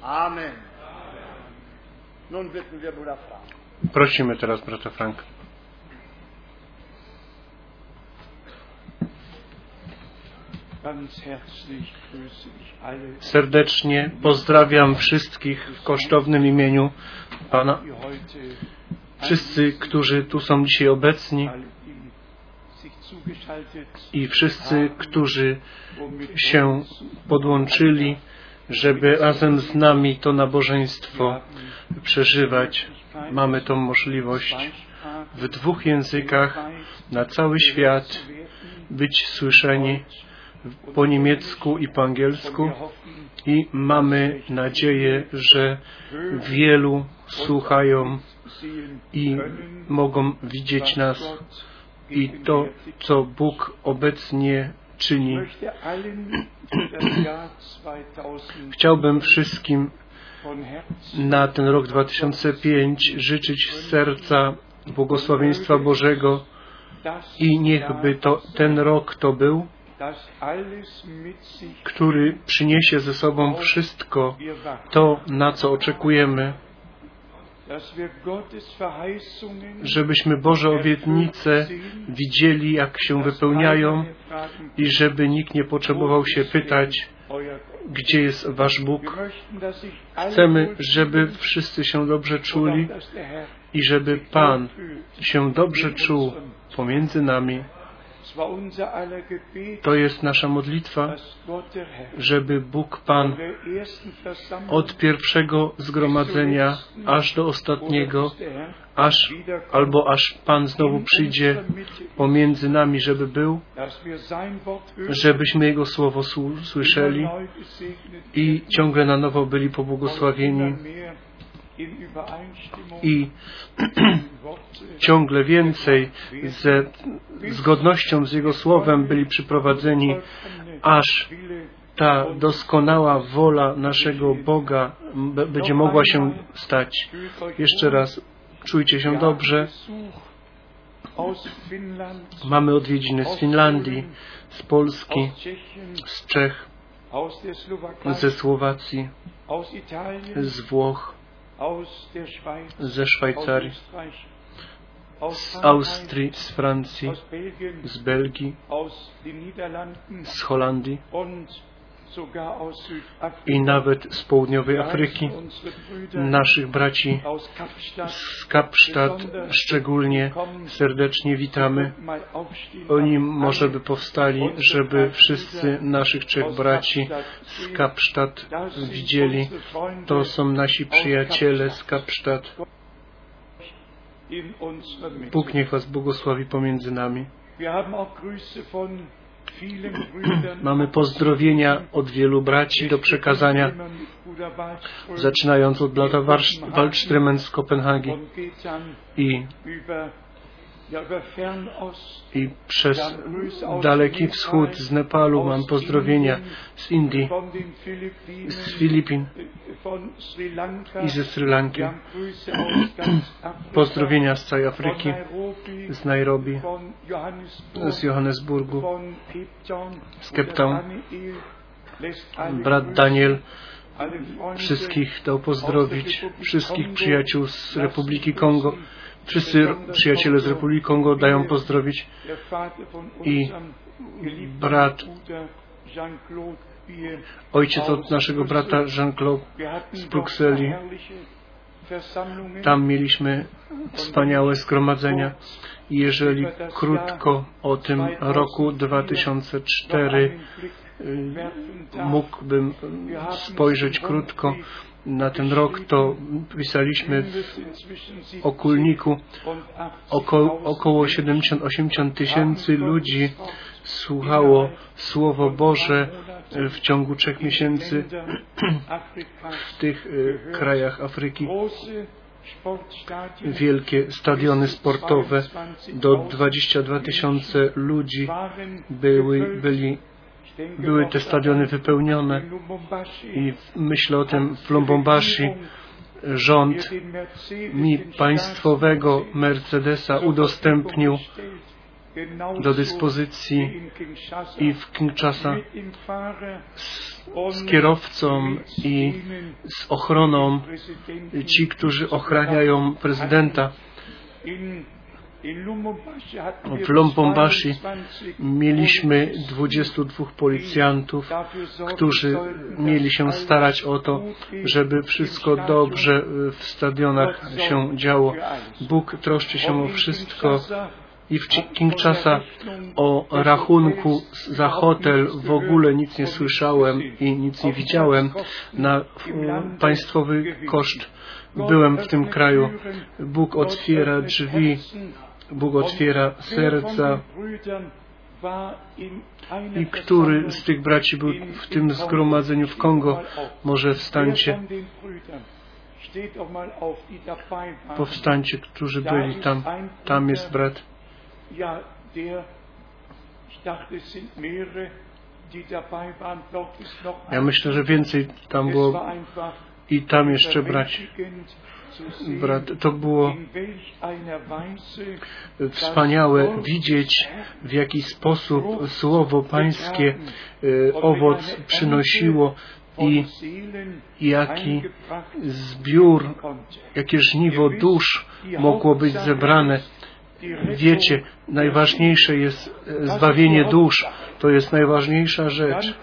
Amen. Nun bitten wir Bruder Frank. Prosimy teraz brata Franka. Serdecznie pozdrawiam wszystkich w kosztownym imieniu Pana. Wszyscy, którzy tu są dzisiaj obecni i wszyscy, którzy się podłączyli, żeby razem z nami to nabożeństwo przeżywać. Mamy tą możliwość w 2 językach na cały świat być słyszeni, po niemiecku i po angielsku, i mamy nadzieję, że wielu słuchają i mogą widzieć nas i to, co Bóg obecnie czyni. Chciałbym wszystkim na ten rok 2005 życzyć z serca błogosławieństwa Bożego i niechby ten rok to był, który przyniesie ze sobą wszystko to, na co oczekujemy, żebyśmy Boże obietnice widzieli, jak się wypełniają, i żeby nikt nie potrzebował się pytać, gdzie jest Wasz Bóg. Chcemy, żeby wszyscy się dobrze czuli i żeby Pan się dobrze czuł pomiędzy nami. To jest nasza modlitwa, żeby Bóg Pan od pierwszego zgromadzenia aż do ostatniego, aż Pan znowu przyjdzie pomiędzy nami, żeby był, żebyśmy Jego Słowo słyszeli i ciągle na nowo byli pobłogosławieni i ciągle więcej ze zgodnością z Jego Słowem byli przyprowadzeni, aż ta doskonała wola naszego Boga będzie mogła się stać. Jeszcze raz, czujcie się dobrze. Mamy odwiedziny z Finlandii, z Polski, z Czech, ze Słowacji, z Włoch, ze Szwajcarii, z Austrii, z Francji, z Belgii, z Holandii i nawet z południowej Afryki. Naszych braci z Kapsztad szczególnie serdecznie witamy. Oni może by powstali, żeby wszyscy naszych 3 braci z Kapsztad widzieli. To są nasi przyjaciele z Kapsztad. Bóg niech Was błogosławi pomiędzy nami. Mamy pozdrowienia od wielu braci do przekazania, zaczynając od brata Waldströmen z Kopenhagi i przez Daleki Wschód, z Nepalu mam pozdrowienia, z Indii, z Filipin i ze Sri Lanki. Pozdrowienia z całej Afryki, z Nairobi, z Johannesburgu, z Cape Town. Brat Daniel wszystkich dał pozdrowić, wszystkich przyjaciół z Republiki Kongo. Wszyscy przyjaciele z Republiki Kongo dają pozdrowić i brat, ojciec od naszego brata Jean-Claude z Brukseli. Tam mieliśmy wspaniałe zgromadzenia. I jeżeli krótko o tym roku 2004 mógłbym spojrzeć krótko na ten rok, to pisaliśmy w Okulniku około 70-80 tysięcy ludzi słuchało Słowo Boże w ciągu 3 miesięcy w tych krajach Afryki. Wielkie stadiony sportowe, do 22 tysiące ludzi były te stadiony wypełnione i myślę o tym w Lubumbashi. Rząd mi państwowego Mercedesa udostępnił do dyspozycji i w Kinshasa z kierowcą i z ochroną, ci, którzy ochraniają prezydenta. W Lubumbashi mieliśmy 22 policjantów, którzy mieli się starać o to, żeby wszystko dobrze w stadionach się działo. Bóg troszczy się o wszystko. I w Kinshasa o rachunku za hotel w ogóle nic nie słyszałem i nic nie widziałem na państwowy koszt. Byłem w tym kraju. Bóg otwiera drzwi, Bóg otwiera serca. I który z tych braci był w tym zgromadzeniu w Kongo? Może wstańcie. Powstańcie, którzy byli tam. Tam jest brat. Ja myślę, że więcej tam było i tam jeszcze brat. To było wspaniałe widzieć, w jaki sposób Słowo Pańskie owoc przynosiło i jaki zbiór, jakie żniwo dusz mogło być zebrane. Wiecie, najważniejsze jest zbawienie dusz. To jest najważniejsza rzecz.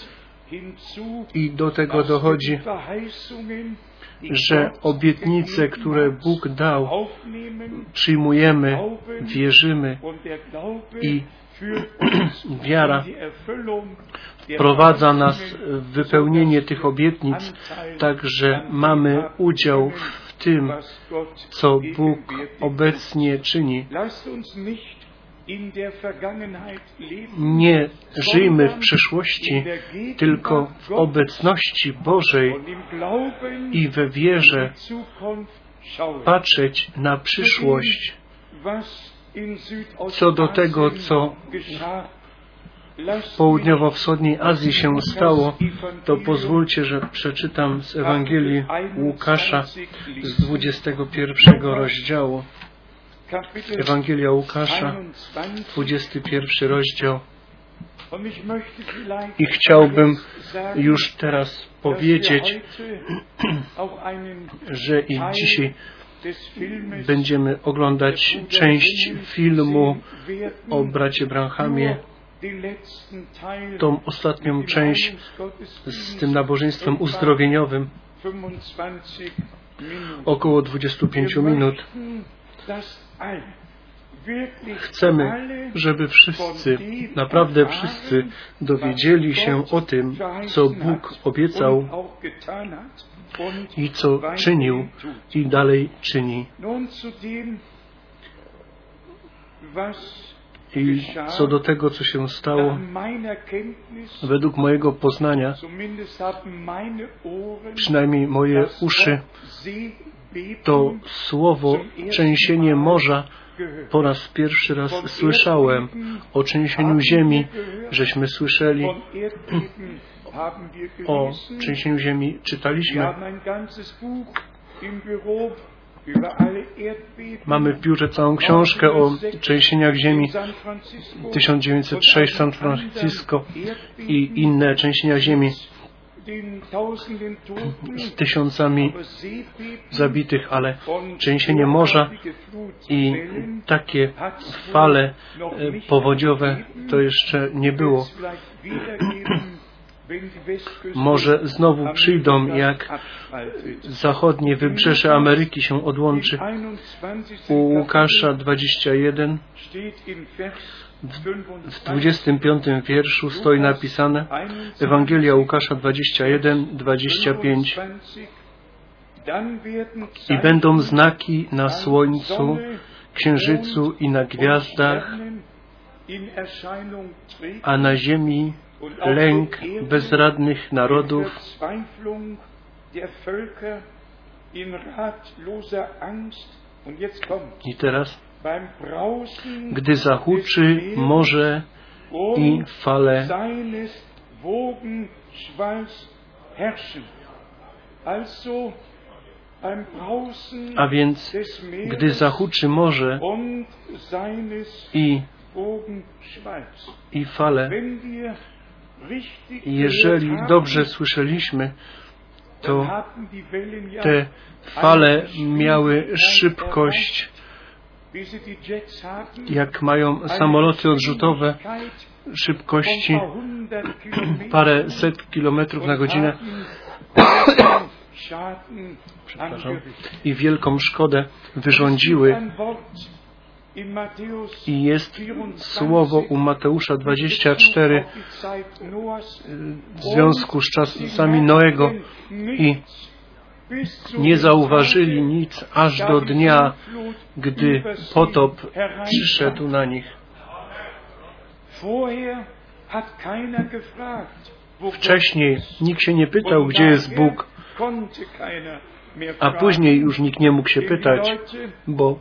I do tego dochodzi, że obietnice, które Bóg dał, przyjmujemy, wierzymy i wiara wprowadza nas w wypełnienie tych obietnic, tak że mamy udział w tym, co Bóg obecnie czyni. Nie żyjmy w przeszłości, tylko w obecności Bożej i we wierze patrzeć na przyszłość. Co do tego, co w południowo-wschodniej Azji się stało, to pozwólcie, że przeczytam z Ewangelii Łukasza z 21 rozdziału. Ewangelia Łukasza, 21 rozdział. I chciałbym już teraz powiedzieć, że i dzisiaj będziemy oglądać część filmu o bracie Branhamie, tą ostatnią część z tym nabożeństwem uzdrowieniowym, około 25 minut. Chcemy, żeby wszyscy, naprawdę wszyscy dowiedzieli się o tym, co Bóg obiecał i co czynił i dalej czyni. I co do tego, co się stało, według mojego poznania, przynajmniej moje uszy, to słowo trzęsienie morza po raz pierwszy raz słyszałem. O trzęsieniu ziemi żeśmy słyszeli. O trzęsieniu ziemi czytaliśmy. Mamy w biurze całą książkę o trzęsieniach ziemi. 1906 San Francisco i inne trzęsienia ziemi z tysiącami zabitych, ale trzęsienie morza i takie fale powodziowe to jeszcze nie było. Może znowu przyjdą, jak zachodnie wybrzeże Ameryki się odłączy. U Łukasza 21 w 25 wierszu stoi napisane, Ewangelia Łukasza 21, 25. I będą znaki na słońcu, księżycu i na gwiazdach, a na ziemi lęk bezradnych narodów i teraz, gdy zahuczy morze i fale, a więc gdy zahuczy morze i i fale. Jeżeli dobrze słyszeliśmy, to te fale miały szybkość, jak mają samoloty odrzutowe, szybkości paręset kilometrów na godzinę. Przepraszam. I wielką szkodę wyrządziły. I jest słowo u Mateusza 24 w związku z czasami Noego i nie zauważyli nic aż do dnia, gdy potop przyszedł na nich. Wcześniej nikt się nie pytał, gdzie jest Bóg, a później już nikt nie mógł się pytać, bo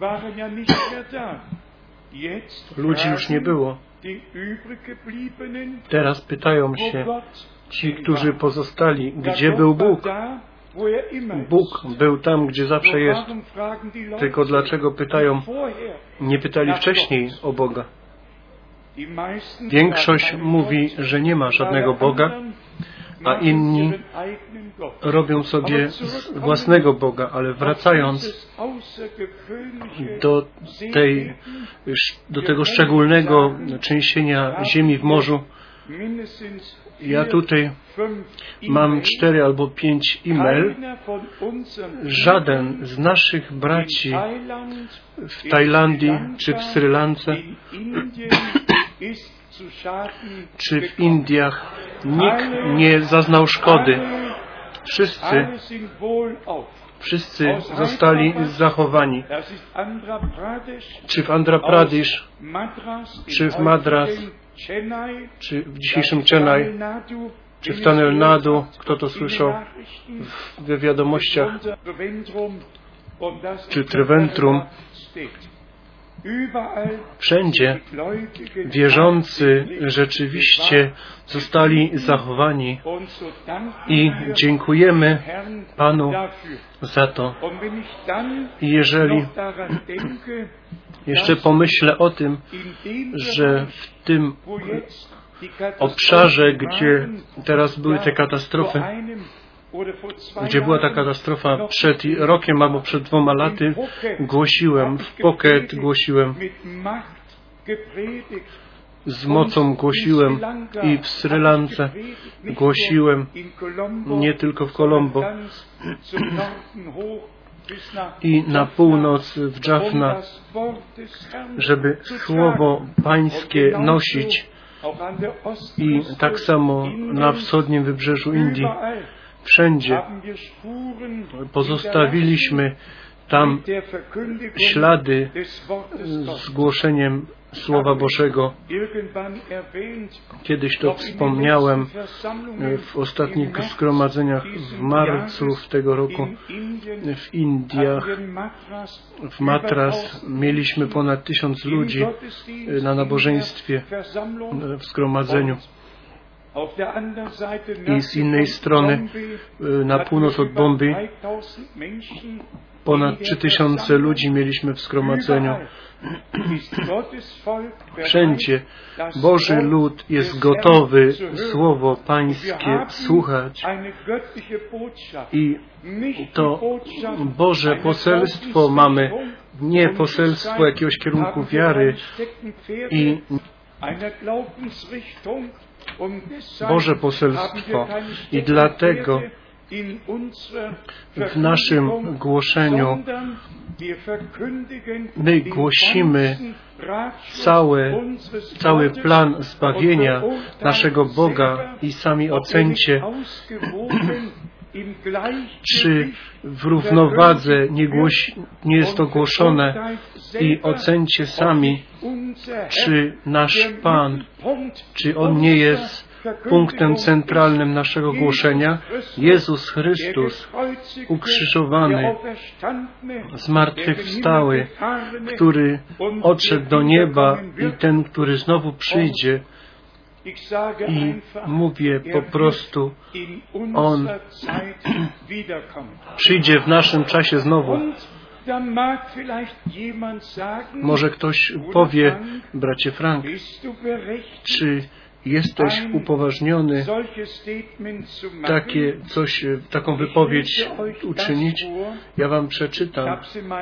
ludzi już nie było. Teraz pytają się ci, którzy pozostali, gdzie był Bóg? Bóg był tam, gdzie zawsze jest. Tylko dlaczego pytają? Nie pytali wcześniej o Boga. Większość mówi, że nie ma żadnego Boga, a inni robią sobie własnego Boga, ale wracając do tego szczególnego trzęsienia ziemi w morzu, ja tutaj mam 4 albo 5 e-mail. Żaden z naszych braci w Tajlandii, czy w Sri Lance, czy w Indiach, nikt nie zaznał szkody. Wszyscy zostali zachowani. Czy w Andhra Pradesh, czy w Madras, czy w dzisiejszym Chennai, czy w Tamil Nadu, kto to słyszał w wiadomościach, czy Trivandrum. Wszędzie wierzący rzeczywiście zostali zachowani i dziękujemy Panu za to. I jeżeli jeszcze pomyślę o tym, że w tym obszarze, gdzie teraz były te katastrofy, gdzie była ta katastrofa przed rokiem albo przed 2 laty, głosiłem, w Phuket głosiłem, z mocą głosiłem i w Sri Lance głosiłem, nie tylko w Colombo, i na północ w Jaffna, żeby Słowo Pańskie nosić, i tak samo na wschodnim wybrzeżu Indii. Wszędzie pozostawiliśmy tam ślady z głoszeniem Słowa Bożego. Kiedyś to wspomniałem w ostatnich zgromadzeniach w marcu tego roku w Indiach. W Madras mieliśmy ponad 1000 ludzi na nabożeństwie w zgromadzeniu. I z innej strony, na północ od Bombay, ponad 3000 ludzi mieliśmy w zgromadzeniu. Wszędzie Boży lud jest gotowy Słowo Pańskie słuchać. I to Boże poselstwo mamy, nie poselstwo jakiegoś kierunku wiary i Boże poselstwo. I dlatego w naszym głoszeniu my głosimy cały plan zbawienia naszego Boga i sami ocencie, czy w równowadze nie jest to głoszone, i ocencie sami, czy nasz Pan, czy On nie jest punktem centralnym naszego głoszenia. Jezus Chrystus, ukrzyżowany, zmartwychwstały, który odszedł do nieba, i ten, który znowu przyjdzie. I mówię po prostu, On przyjdzie w naszym czasie znowu. Może ktoś powie, bracie Frank, czy jesteś upoważniony taką wypowiedź uczynić? Ja wam przeczytam.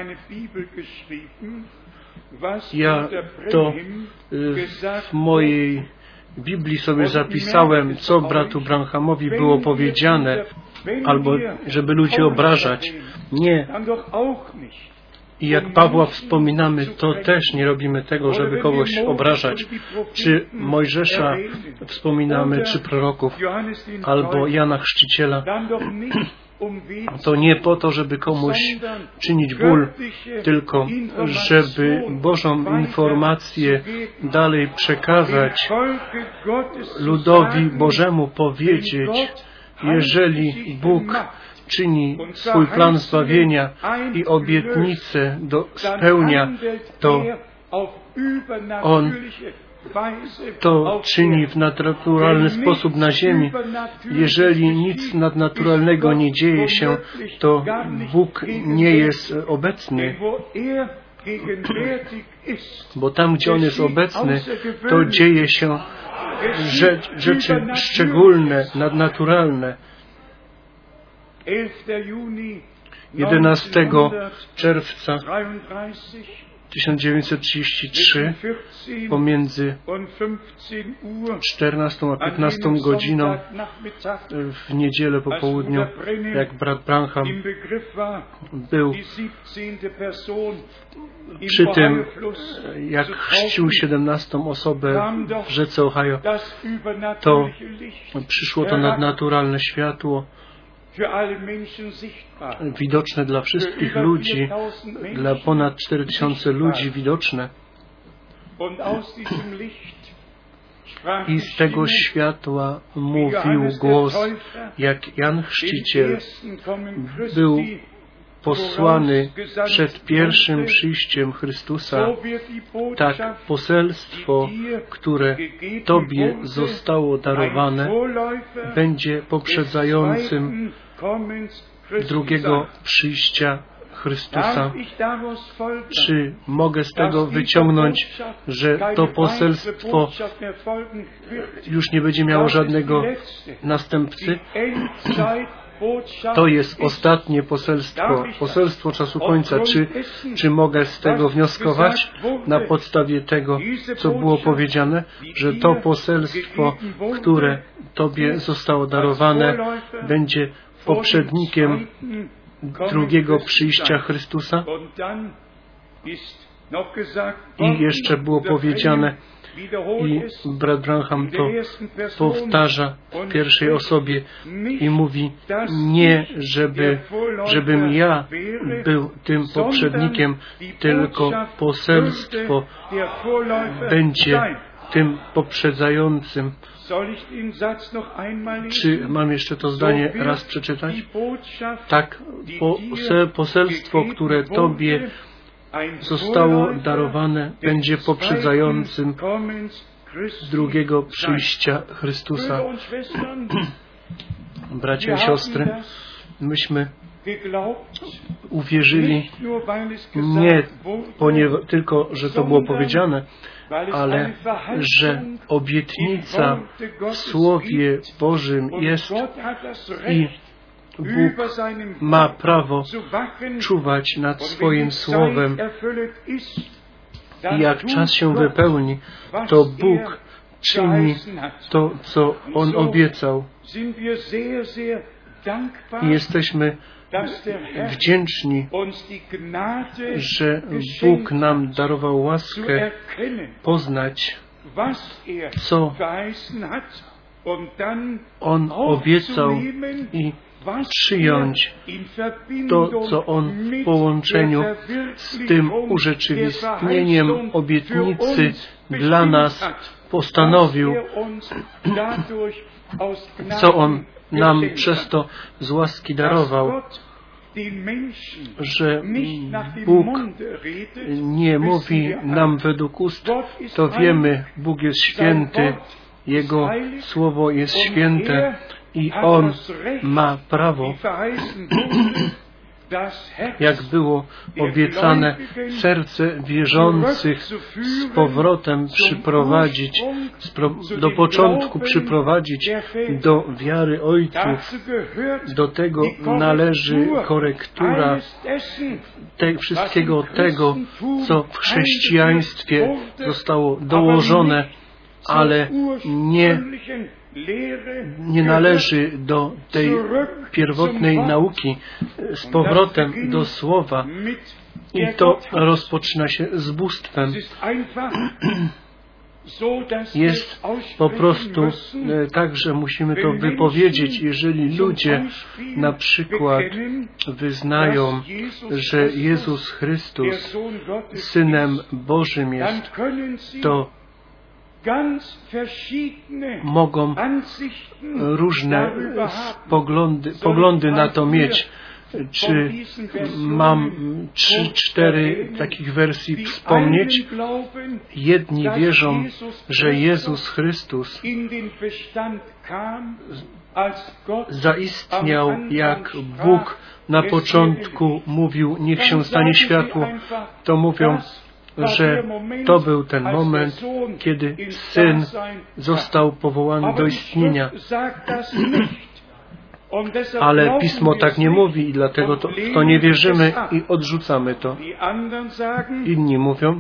Ja to w mojej Biblii sobie zapisałem, co bratu Branhamowi było powiedziane, albo żeby ludzi obrażać. Nie. I jak Pawła wspominamy, to też nie robimy tego, żeby kogoś obrażać. Czy Mojżesza wspominamy, czy proroków, albo Jana Chrzciciela. To nie po to, żeby komuś czynić ból, tylko żeby Bożą informację dalej przekazać, ludowi Bożemu powiedzieć, jeżeli Bóg czyni swój plan zbawienia i obietnicę spełnia, to On to czyni w nadnaturalny sposób na ziemi. Jeżeli nic nadnaturalnego nie dzieje się, to Bóg nie jest obecny. Bo tam, gdzie On jest obecny, to dzieje się rzeczy szczególne, nadnaturalne. 11 czerwca 1933 pomiędzy 14 a 15 godziną w niedzielę po południu, jak brat Branham był przy tym, jak chrzcił 17 osobę w rzece Ohio, to przyszło to nadnaturalne światło, widoczne dla wszystkich ludzi, dla ponad 4000 ludzi widoczne. I z tego światła mówił głos, jak Jan Chrzciciel był posłany przed pierwszym przyjściem Chrystusa, tak poselstwo, które Tobie zostało darowane, będzie poprzedzającym drugiego przyjścia Chrystusa. Czy mogę z tego wyciągnąć, że to poselstwo już nie będzie miało żadnego następcy? To jest ostatnie poselstwo czasu końca. Czy mogę z tego wnioskować na podstawie tego, co było powiedziane, że to poselstwo, które Tobie zostało darowane, będzie poprzednikiem drugiego przyjścia Chrystusa? I jeszcze było powiedziane, i brat Branham to powtarza w pierwszej osobie i mówi, nie żebym ja był tym poprzednikiem, tylko poselstwo będzie tym poprzedzającym. Czy mam jeszcze to zdanie raz przeczytać? Tak, poselstwo, które Tobie zostało darowane, będzie poprzedzającym drugiego przyjścia Chrystusa. Bracia i siostry, myśmy uwierzyli nie tylko, że to było powiedziane, ale że obietnica w Słowie Bożym jest i Bóg ma prawo czuwać nad swoim Słowem. I jak czas się wypełni, to Bóg czyni to, co On obiecał. I jesteśmy wdzięczni, że Bóg nam darował łaskę poznać, co On obiecał i przyjąć to, co On w połączeniu z tym urzeczywistnieniem obietnicy dla nas postanowił, co On nam przez to z łaski darował, że Bóg nie mówi nam według ust, to wiemy, Bóg jest święty, Jego Słowo jest święte i On ma prawo jak było obiecane, serce wierzących z powrotem przyprowadzić, do początku przyprowadzić do wiary ojców. Do tego należy korektura wszystkiego tego, co w chrześcijaństwie zostało dołożone, ale nie należy do tej pierwotnej nauki z powrotem do Słowa. I to rozpoczyna się z bóstwem. Jest po prostu tak, że musimy to wypowiedzieć. Jeżeli ludzie na przykład wyznają, że Jezus Chrystus Synem Bożym jest, to mogą różne poglądy na to mieć. Czy mam 3-4 takich wersji wspomnieć? Jedni wierzą, że Jezus Chrystus zaistniał, jak Bóg na początku mówił, niech się stanie światło. To mówią, że to był ten moment, kiedy Syn został powołany do istnienia. Ale Pismo tak nie mówi i dlatego w to nie wierzymy i odrzucamy to. Inni mówią,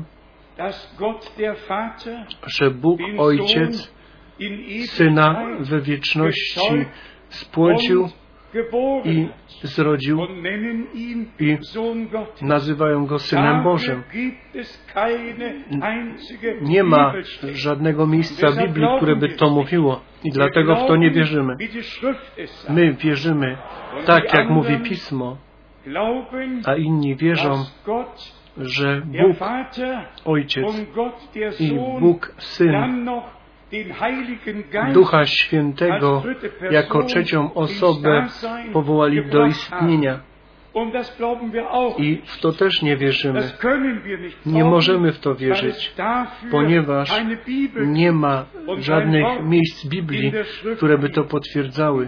że Bóg Ojciec Syna we wieczności spłodził i zrodził i nazywają Go Synem Bożym. Nie ma żadnego miejsca w Biblii, które by to mówiło i dlatego w to nie wierzymy. My wierzymy tak, jak mówi Pismo, a inni wierzą, że Bóg Ojciec i Bóg Syn Ducha Świętego jako trzecią osobę powołali do istnienia. I w to też nie wierzymy. Nie możemy w to wierzyć, ponieważ nie ma żadnych miejsc w Biblii, które by to potwierdzały.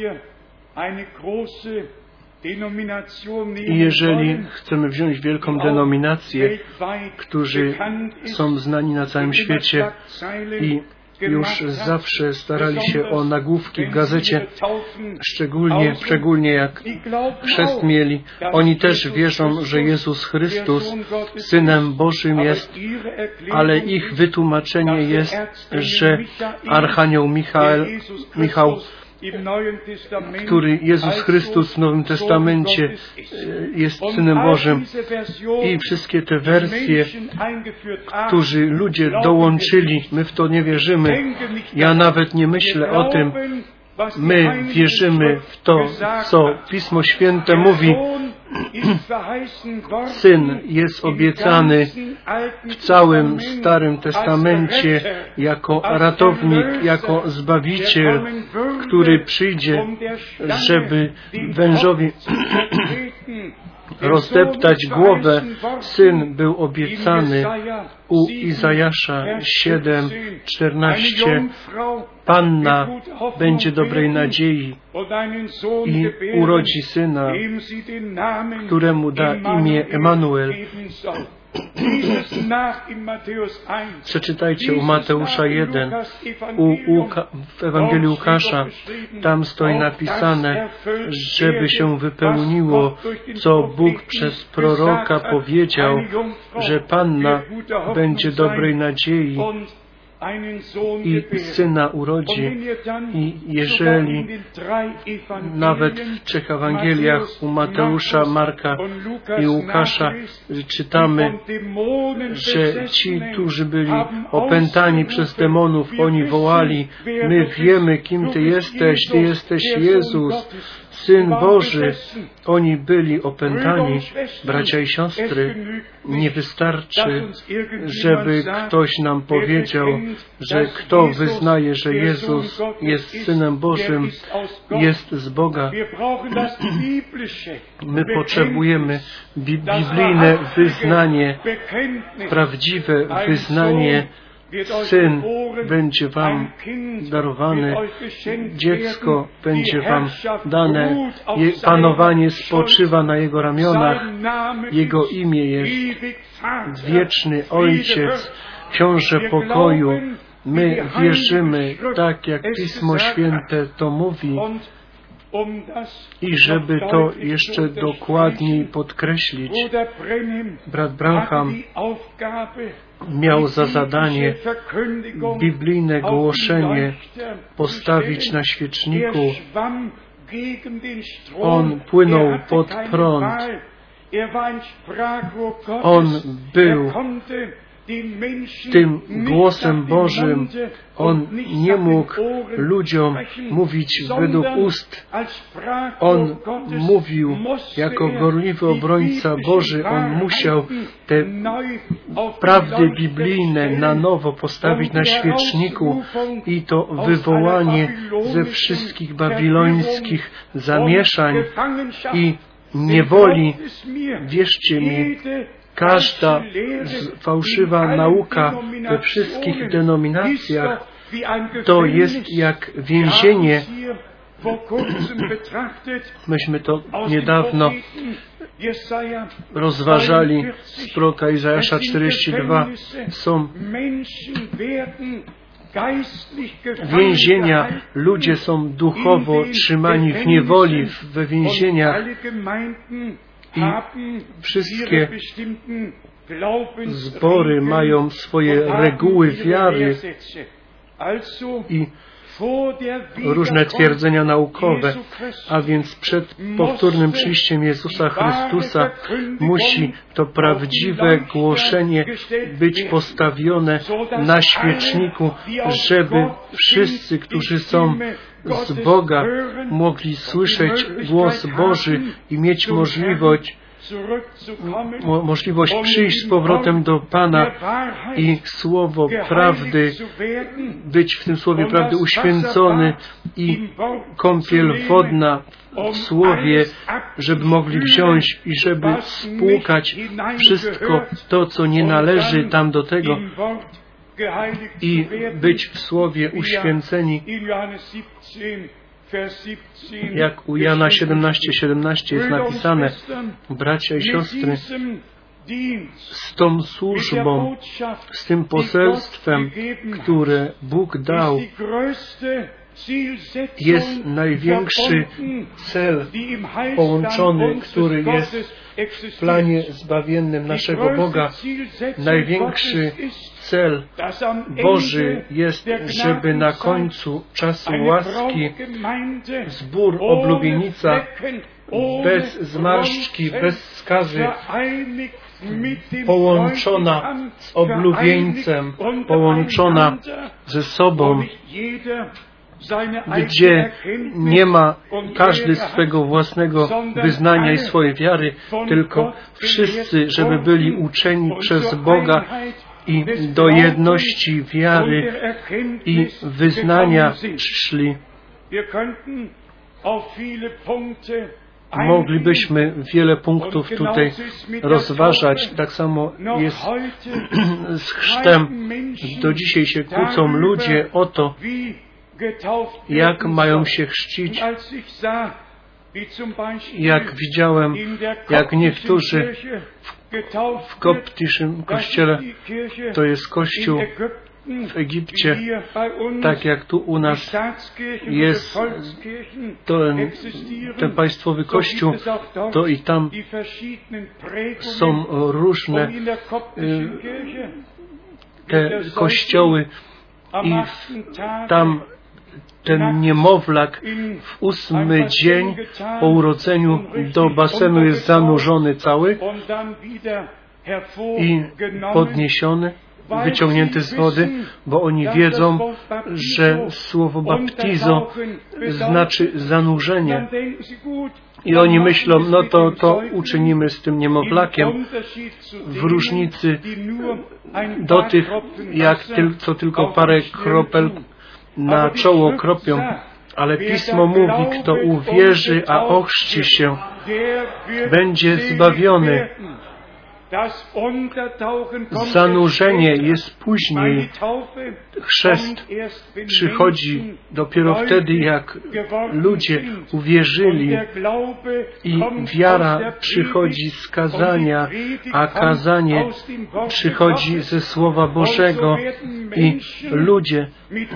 I jeżeli chcemy wziąć wielką denominację, którzy są znani na całym świecie i już zawsze starali się o nagłówki w gazecie, szczególnie jak chrzest mieli. Oni też wierzą, że Jezus Chrystus Synem Bożym jest, ale ich wytłumaczenie jest, że Archanioł Michał, który Jezus Chrystus w Nowym Testamencie jest Synem Bożym. I wszystkie te wersje, którzy ludzie dołączyli, my w to nie wierzymy. Ja nawet nie myślę o tym. My wierzymy w to, co Pismo Święte mówi. Syn jest obiecany w całym Starym Testamencie jako ratownik, jako Zbawiciel, który przyjdzie, żeby wężowi rozdeptać głowę. Syn był obiecany u Izajasza 7:14. Panna będzie dobrej nadziei i urodzi syna, któremu da imię Emanuel. Przeczytajcie u Mateusza 1, w Ewangelii Łukasza. Tam stoi napisane, żeby się wypełniło, co Bóg przez proroka powiedział, że Panna będzie dobrej nadziei i syna urodzi. I jeżeli nawet w 3 Ewangeliach u Mateusza, Marka i Łukasza czytamy, że ci, którzy byli opętani przez demonów, oni wołali: my wiemy, kim Ty jesteś Jezus, Syn Boży. Oni byli opętani. Bracia i siostry, nie wystarczy, żeby ktoś nam powiedział, że kto wyznaje, że Jezus jest Synem Bożym, jest z Boga. My potrzebujemy biblijne wyznanie, prawdziwe wyznanie Syn będzie wam darowany, dziecko będzie wam dane, panowanie spoczywa na jego ramionach, jego imię jest wieczny Ojciec, książę pokoju. My wierzymy, tak jak Pismo Święte to mówi, i żeby to jeszcze dokładniej podkreślić, brat Branham miał za zadanie biblijne głoszenie postawić na świeczniku. On płynął pod prąd. On był tym głosem Bożym. On nie mógł ludziom mówić według ust. On mówił jako gorliwy obrońca Boży. On musiał te prawdy biblijne na nowo postawić na świeczniku i to wywołanie ze wszystkich babilońskich zamieszań i niewoli. Wierzcie mi, każda fałszywa nauka we wszystkich denominacjach to jest jak więzienie. Myśmy to niedawno rozważali z proroka Izajasza 42. Są więzienia, ludzie są duchowo trzymani w niewoli, we więzieniach. I wszystkie zbory mają swoje reguły wiary i różne twierdzenia naukowe, a więc przed powtórnym przyjściem Jezusa Chrystusa musi to prawdziwe głoszenie być postawione na świeczniku, żeby wszyscy, którzy są z Boga, mogli słyszeć głos Boży i mieć możliwość przyjść z powrotem do Pana i słowo prawdy, być w tym słowie prawdy uświęcony i kąpiel wodna w słowie, żeby mogli wziąć i żeby spłukać wszystko to, co nie należy tam do tego i być w słowie uświęceni, jak u Jana 17:17 jest napisane. Bracia i siostry, z tą służbą, z tym poselstwem, które Bóg dał, jest największy cel połączony, który jest w planie zbawiennym naszego Boga. Największy cel Boży jest, żeby na końcu czasu łaski zbór oblubienica bez zmarszczki, bez skazy, połączona z oblubieńcem, połączona ze sobą, gdzie nie ma każdy swego własnego wyznania i swojej wiary, tylko wszyscy, żeby byli uczeni przez Boga i do jedności wiary i wyznania szli. Moglibyśmy wiele punktów tutaj rozważać. Tak samo jest z chrztem. Do dzisiaj się kłócą ludzie o to, jak mają się chrzcić. Jak widziałem, jak niektórzy w koptyszym kościele, to jest kościół w Egipcie, tak jak tu u nas jest ten państwowy kościół, to i tam są różne te kościoły i tam ten niemowlak w 8 dzień po urodzeniu do basenu jest zanurzony cały i podniesiony, wyciągnięty z wody, bo oni wiedzą, że słowo baptizo znaczy zanurzenie. I oni myślą, no to uczynimy z tym niemowlakiem w różnicy do tych, co tylko parę kropel na czoło kropią. Ale Pismo mówi, kto uwierzy, a ochrzci się, będzie zbawiony. Zanurzenie jest później. Chrzest przychodzi dopiero wtedy, jak ludzie uwierzyli i wiara przychodzi z kazania, a kazanie przychodzi ze Słowa Bożego i ludzie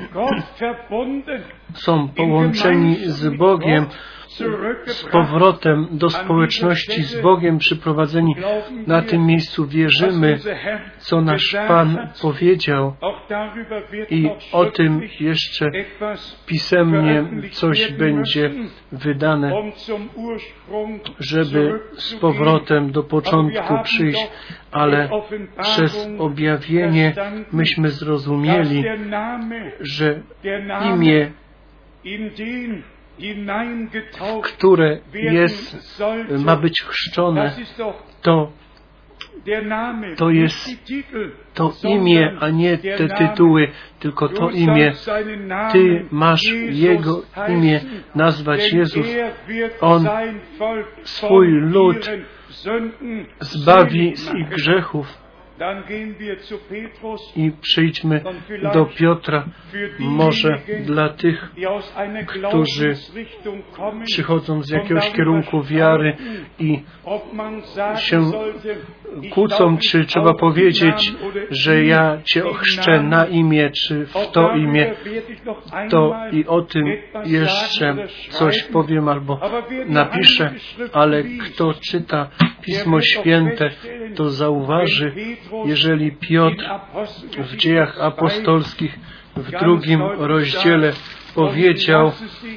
są połączeni z Bogiem, z powrotem do społeczności z Bogiem przyprowadzeni. Na tym miejscu wierzymy, co nasz Pan powiedział i o tym jeszcze pisemnie coś będzie wydane, żeby z powrotem do początku przyjść, ale przez objawienie myśmy zrozumieli, że imię, które ma być chrzczone, to jest to imię, a nie te tytuły, tylko to imię. Ty masz Jego imię nazwać Jezus. On swój lud zbawi z ich grzechów. I przyjdźmy do Piotra, może dla tych, którzy przychodzą z jakiegoś kierunku wiary i się kłócą, czy trzeba powiedzieć, że ja Cię ochrzczę na imię, czy w to imię, to i o tym jeszcze coś powiem albo napiszę, ale kto czyta Pismo Święte, to zauważy, jeżeli Piotr w Dziejach Apostolskich w 2 rozdziale powiedział: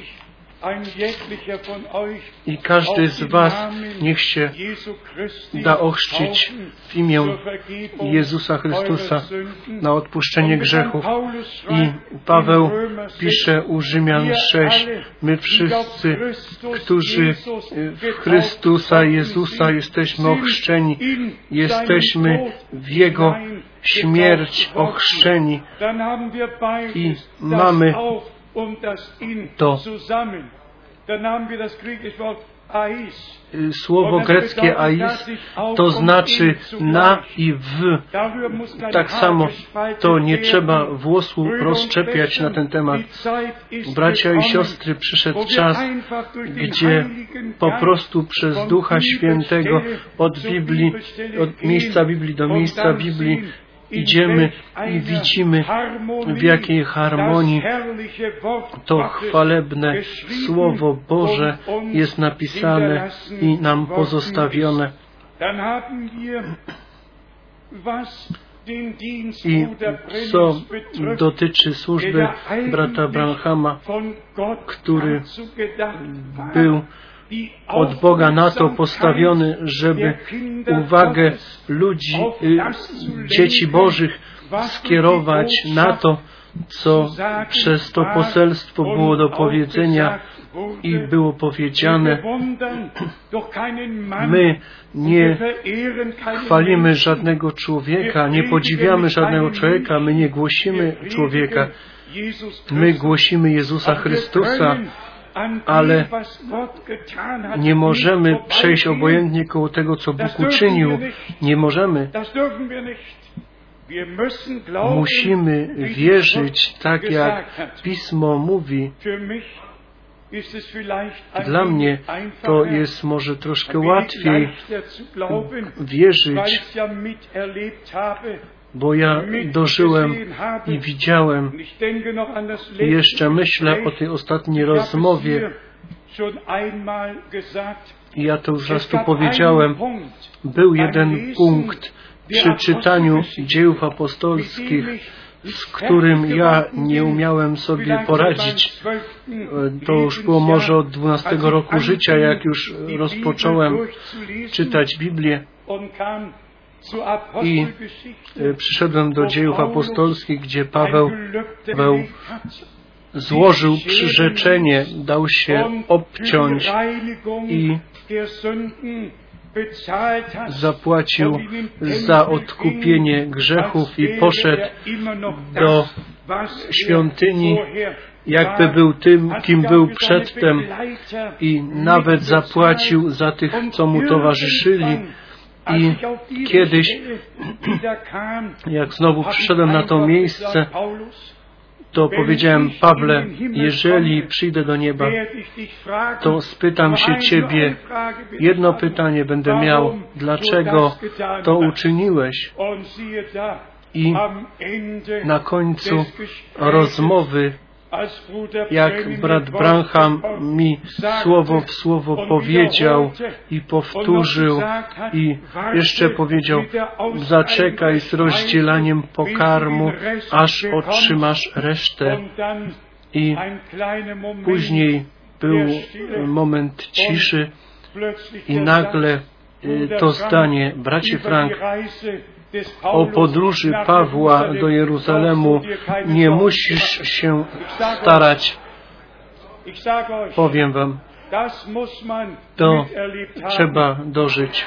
i każdy z was niech się da ochrzcić w imię Jezusa Chrystusa na odpuszczenie grzechów. I Paweł pisze u Rzymian 6, my wszyscy, którzy w Chrystusa Jezusa jesteśmy ochrzczeni, jesteśmy w Jego śmierć ochrzczeni i mamy to słowo greckie ais, to znaczy na i w. Tak samo to nie trzeba włosu rozczepiać na ten temat. Bracia i siostry, przyszedł czas, gdzie po prostu przez Ducha Świętego od miejsca Biblii do miejsca Biblii idziemy i widzimy, w jakiej harmonii to chwalebne Słowo Boże jest napisane i nam pozostawione. I co dotyczy służby brata Branhama, który był od Boga na to postawiony, żeby uwagę ludzi, dzieci Bożych skierować na to, co przez to poselstwo było do powiedzenia i było powiedziane. My nie chwalimy żadnego człowieka, nie podziwiamy żadnego człowieka, my nie głosimy człowieka, my głosimy Jezusa Chrystusa, ale nie możemy przejść obojętnie koło tego, co Bóg uczynił. Nie możemy. Musimy wierzyć tak, jak Pismo mówi. Dla mnie to jest może troszkę łatwiej wierzyć, bo ja dożyłem i widziałem. I jeszcze myślę o tej ostatniej rozmowie. I ja to już raz tu powiedziałem. Był jeden punkt przy czytaniu Dziejów Apostolskich, z którym ja nie umiałem sobie poradzić. To już było może od 12 roku życia, jak już rozpocząłem czytać Biblię. I przyszedłem do Dziejów Apostolskich, gdzie Paweł złożył przyrzeczenie, dał się obciąć i zapłacił za odkupienie grzechów i poszedł do świątyni, jakby był tym, kim był przedtem, i nawet zapłacił za tych, co mu towarzyszyli, I kiedyś, jak znowu przyszedłem na to miejsce, to powiedziałem: Pawle, jeżeli przyjdę do nieba, to spytam się Ciebie, jedno pytanie będę miał: dlaczego to uczyniłeś? I na końcu rozmowy, jak brat Branham mi słowo w słowo powiedział i powtórzył i jeszcze powiedział: zaczekaj z rozdzielaniem pokarmu, aż otrzymasz resztę. I później był moment ciszy i nagle to zdanie: bracie Frank, o podróży Pawła do Jeruzalemu nie musisz się starać. Powiem wam, to trzeba dożyć.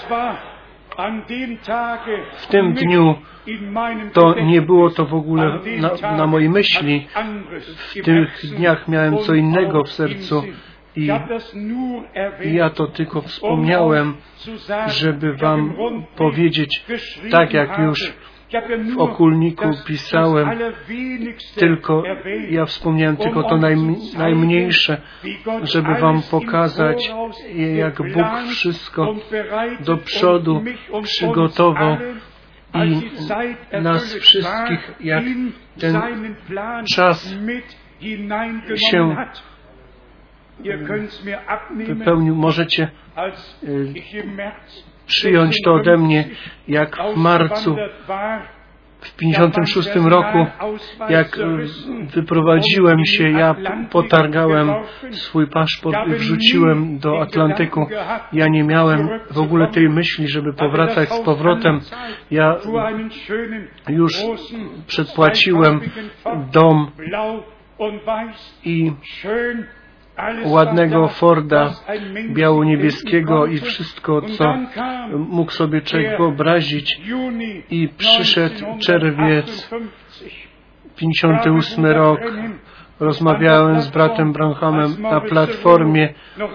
W tym dniu to nie było to w ogóle na mojej myśli. W tych dniach miałem co innego w sercu. I ja to tylko wspomniałem, żeby wam powiedzieć, tak jak już w okulniku pisałem, tylko ja wspomniałem tylko to najmniejsze, żeby wam pokazać, jak Bóg wszystko do przodu przygotował i nas wszystkich, jak ten czas się wypełnił. Możecie przyjąć to ode mnie, jak w marcu w 56 roku, jak wyprowadziłem się, ja potargałem swój paszport i wrzuciłem do Atlantyku. Ja nie miałem w ogóle tej myśli, żeby powracać z powrotem. Ja już przedpłaciłem dom i ładnego Forda biało-niebieskiego i wszystko, co mógł sobie człowiek wyobrazić. I przyszedł czerwiec, 58 rok. Rozmawiałem z bratem Branhamem na platformie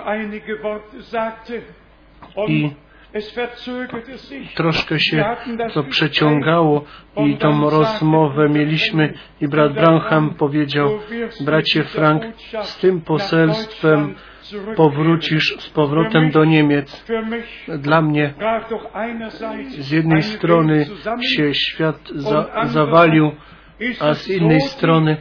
i troszkę się to przeciągało i tą rozmowę mieliśmy i brat Branham powiedział: bracie Frank, z tym poselstwem powrócisz z powrotem do Niemiec. Dla mnie z jednej strony się świat zawalił, a z innej strony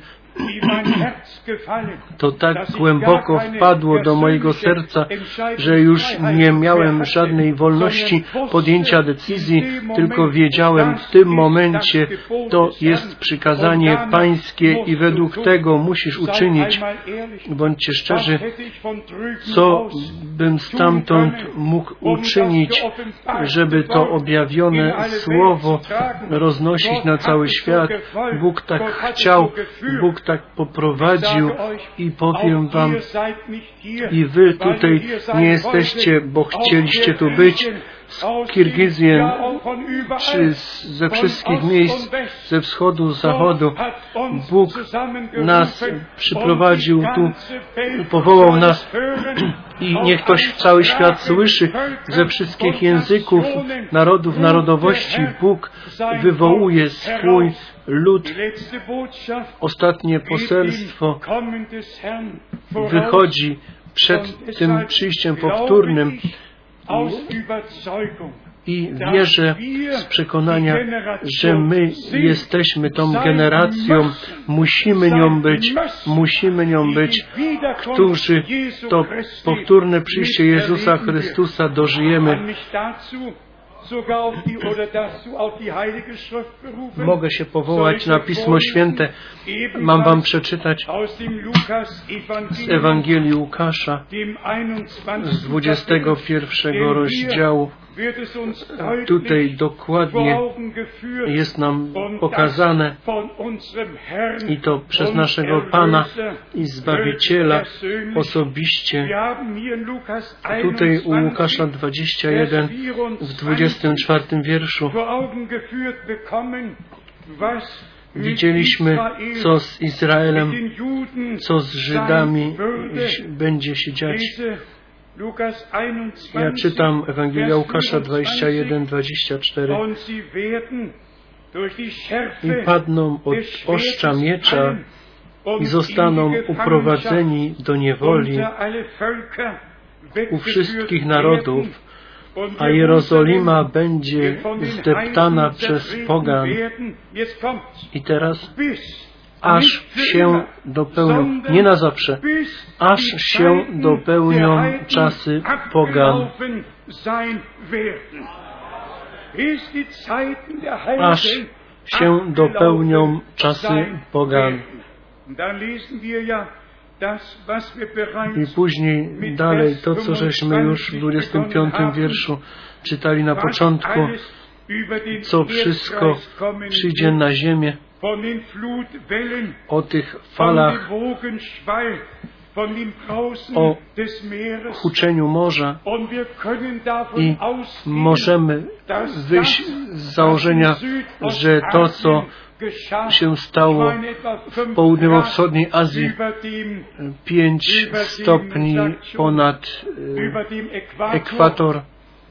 to tak głęboko wpadło do mojego serca, że już nie miałem żadnej wolności podjęcia decyzji, tylko wiedziałem, w tym momencie to jest przykazanie Pańskie i według tego musisz uczynić. Bądźcie szczerzy, co bym stamtąd mógł uczynić, żeby to objawione Słowo roznosić na cały świat. Bóg tak chciał, Bóg tak poprowadził i powiem wam, i wy tutaj nie jesteście, bo chcieliście tu być, z Kirgizjen, czy ze wszystkich miejsc, ze wschodu, z zachodu. Bóg nas przyprowadził tu, powołał nas i niech ktoś cały świat słyszy, ze wszystkich języków, narodów, narodowości. Bóg wywołuje swój lud. Ostatnie poselstwo wychodzi przed tym przyjściem powtórnym i wierzę z przekonania, że my jesteśmy tą generacją, musimy nią być, którzy to powtórne przyjście Jezusa Chrystusa dożyjemy. Mogę się powołać na Pismo Święte. Mam wam przeczytać z Ewangelii Łukasza z 21 rozdziału. Tutaj dokładnie jest nam pokazane i to przez naszego Pana i Zbawiciela osobiście. Tutaj u Łukasza 21 w 24 wierszu widzieliśmy, co z Izraelem, co z Żydami będzie się dziać. Ja czytam Ewangelia Łukasza 21-24. I padną od ostrza miecza i zostaną uprowadzeni do niewoli u wszystkich narodów, a Jerozolima będzie zdeptana przez pogan. I teraz aż się dopełnią, nie na zawsze, aż się dopełnią czasy pogan. Aż się dopełnią czasy pogan. I później dalej to, co żeśmy już w 25 wierszu czytali na początku, co wszystko przyjdzie na ziemię, o tych falach, o huczeniu morza, i możemy wyjść z założenia, że to, co się stało w południowo-wschodniej Azji, 5 stopni ponad ekwator,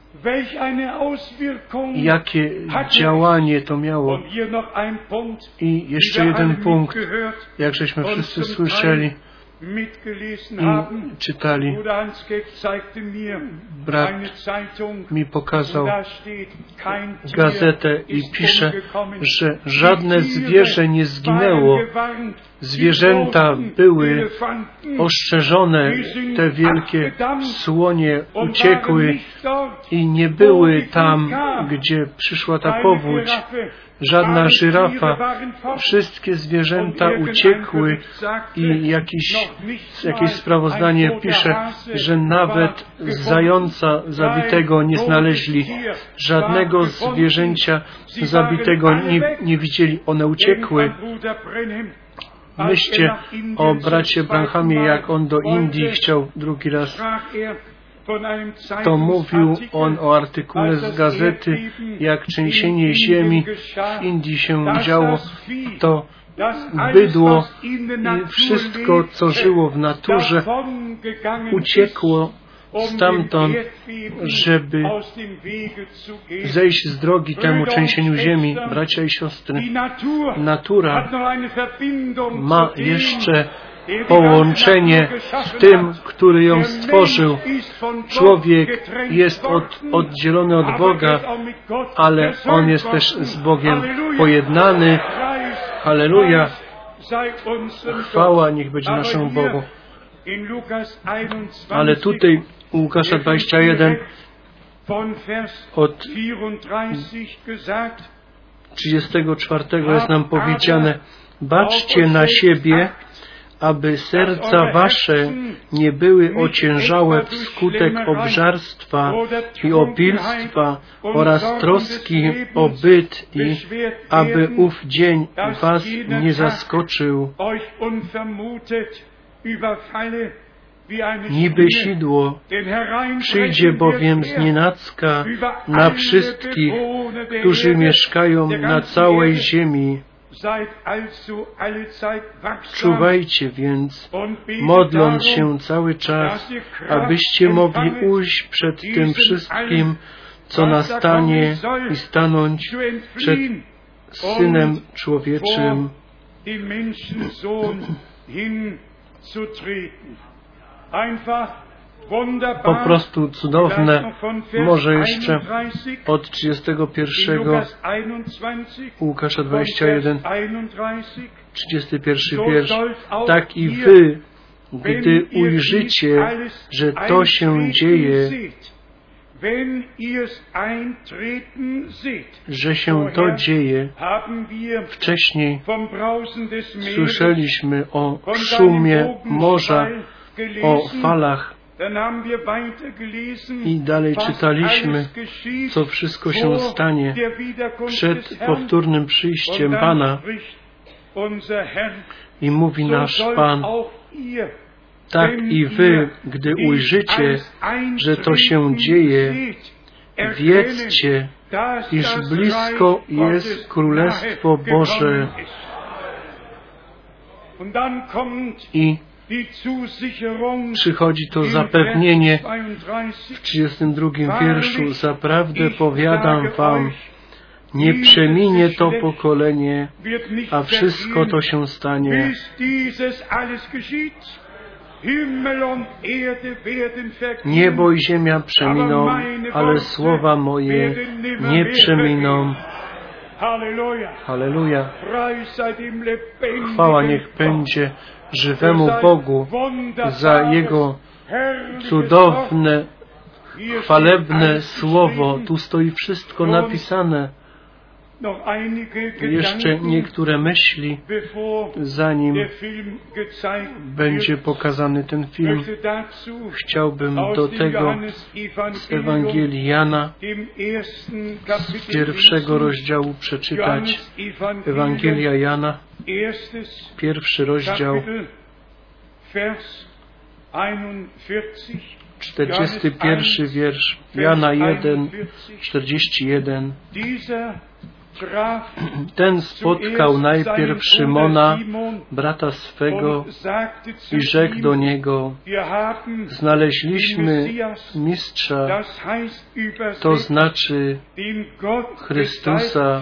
jakie działanie to miało. I jeszcze jeden punkt, jak żeśmy wszyscy słyszeli i czytali. Brat mi pokazał gazetę i pisze, że żadne zwierzę nie zginęło. Zwierzęta były ostrzeżone, te wielkie słonie uciekły i nie były tam, gdzie przyszła ta powódź. Żadna żyrafa. Wszystkie zwierzęta uciekły i jakieś sprawozdanie pisze, że nawet zająca zabitego nie znaleźli. Żadnego zwierzęcia zabitego nie widzieli. One uciekły. Myślcie o bracie Branhamie, jak on do Indii chciał drugi raz. To mówił on o artykule z gazety, jak trzęsienie ziemi w Indii się działo. To bydło i wszystko, co żyło w naturze, uciekło stamtąd, żeby zejść z drogi temu trzęsieniu ziemi. Bracia i siostry, natura ma jeszcze połączenie z tym, który ją stworzył. Człowiek jest oddzielony od Boga, ale on jest też z Bogiem pojednany. Halleluja! Chwała niech będzie naszemu Bogu. Ale tutaj u Łukasza 21 od 34 jest nam powiedziane: baczcie na siebie, aby serca wasze nie były ociężałe wskutek obżarstwa i opilstwa oraz troski o byt, i aby ów dzień was nie zaskoczył niby sidło. Przyjdzie bowiem znienacka na wszystkich, którzy mieszkają na całej ziemi. Czuwajcie więc, modląc się cały czas, abyście mogli ujść przed tym wszystkim, co nastanie, i stanąć przed Synem Człowieczym. Po prostu cudowne. Może jeszcze od 31 Łukasza 21, 31 wiersz. Tak i wy, gdy ujrzycie, że to się dzieje, że się to dzieje. Wcześniej słyszeliśmy o szumie morza, o falach, i dalej czytaliśmy, co wszystko się stanie przed powtórnym przyjściem Pana. I mówi nasz Pan: tak i wy, gdy ujrzycie, że to się dzieje, wiedzcie, iż blisko jest Królestwo Boże. I przychodzi to zapewnienie w 32 wierszu. Zaprawdę powiadam wam, nie przeminie to pokolenie, a wszystko to się stanie. Niebo i ziemia przeminą, ale słowa moje nie przeminą. Halleluja. Chwała niech będzie żywemu Bogu za Jego cudowne, chwalebne słowo. Tu stoi wszystko napisane. Jeszcze niektóre myśli, zanim będzie pokazany ten film. Chciałbym do tego z Ewangelii Jana, z pierwszego rozdziału przeczytać. Ewangelia Jana, pierwszy rozdział, 41 wiersz, Jana 1, 41. Ten spotkał najpierw Szymona, brata swego, i rzekł do niego: znaleźliśmy Mistrza, to znaczy Chrystusa,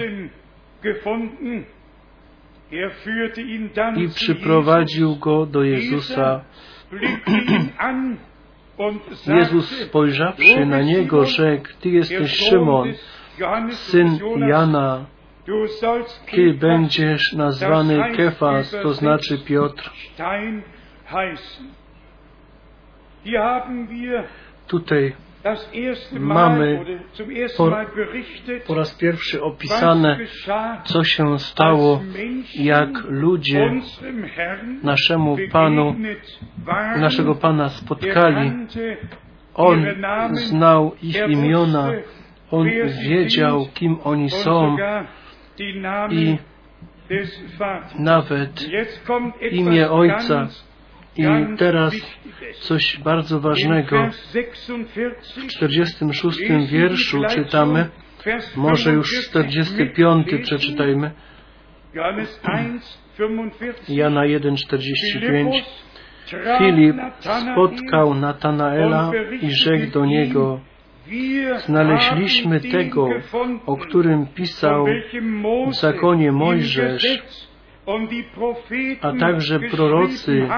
i przyprowadził go do Jezusa. Jezus, spojrzawszy na niego, rzekł: Ty jesteś Szymon, syn Jana, Ty będziesz nazwany Kefas, to znaczy Piotr. Tutaj mamy po raz pierwszy opisane, co się stało, jak ludzie naszego Pana spotkali. On znał ich imiona, On wiedział, kim oni są, i nawet imię Ojca. I teraz coś bardzo ważnego. W 46 wierszu czytamy, może już 45 przeczytajmy. Jana 1,45. Filip spotkał Natanaela i rzekł do niego: znaleźliśmy tego, o którym pisał w zakonie Mojżesz, a także prorocy,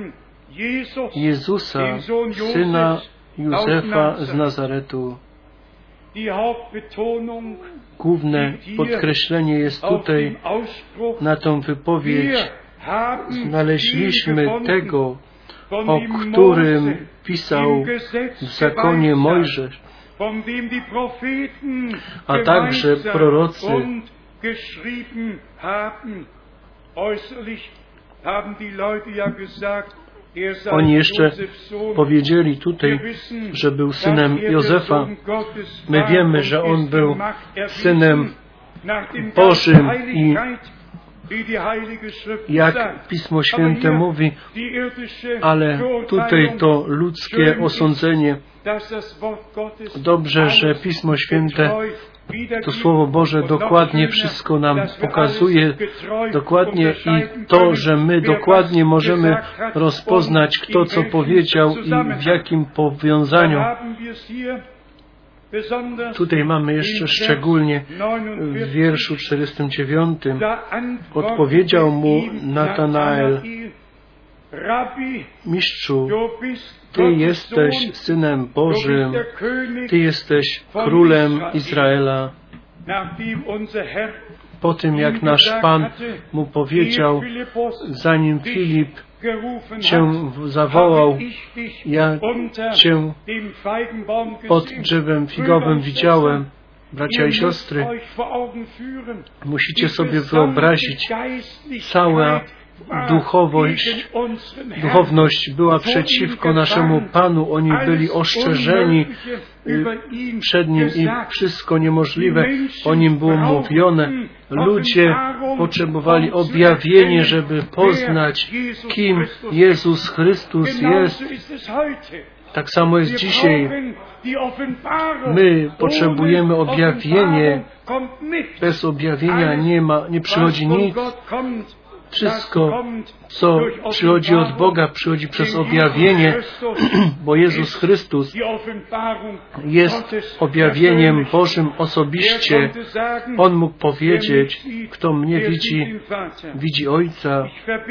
Jezusa, syna Józefa z Nazaretu. Główne podkreślenie jest tutaj na tą wypowiedź. Znaleźliśmy tego, o którym pisał w zakonie Mojżesz, a także prorocy. Oni jeszcze powiedzieli tutaj, że był synem Józefa. My wiemy, że on był synem Bożym i jak Pismo Święte mówi, ale tutaj to ludzkie osądzenie. Dobrze, że Pismo Święte, to Słowo Boże dokładnie wszystko nam pokazuje, dokładnie, i to, że my dokładnie możemy rozpoznać, kto co powiedział i w jakim powiązaniu. Tutaj mamy jeszcze szczególnie w wierszu 49. Odpowiedział mu Natanael: Mistrzu, Ty jesteś Synem Bożym, Ty jesteś Królem Izraela. Po tym, jak nasz Pan mu powiedział, zanim Filip Cię zawołał, ja Cię pod drzewem figowym widziałem. Bracia i siostry, musicie sobie wyobrazić, cała duchowność była przeciwko naszemu Panu. Oni byli ostrzeżeni przed Nim i wszystko niemożliwe o Nim było mówione. Ludzie potrzebowali objawienia, żeby poznać, kim Jezus Chrystus jest. Tak samo jest dzisiaj. My potrzebujemy objawienia. Bez objawienia nie przychodzi nic. Wszystko, co przychodzi od Boga, przychodzi przez objawienie, bo Jezus Chrystus jest objawieniem Bożym osobiście. On mógł powiedzieć, kto mnie widzi, widzi Ojca.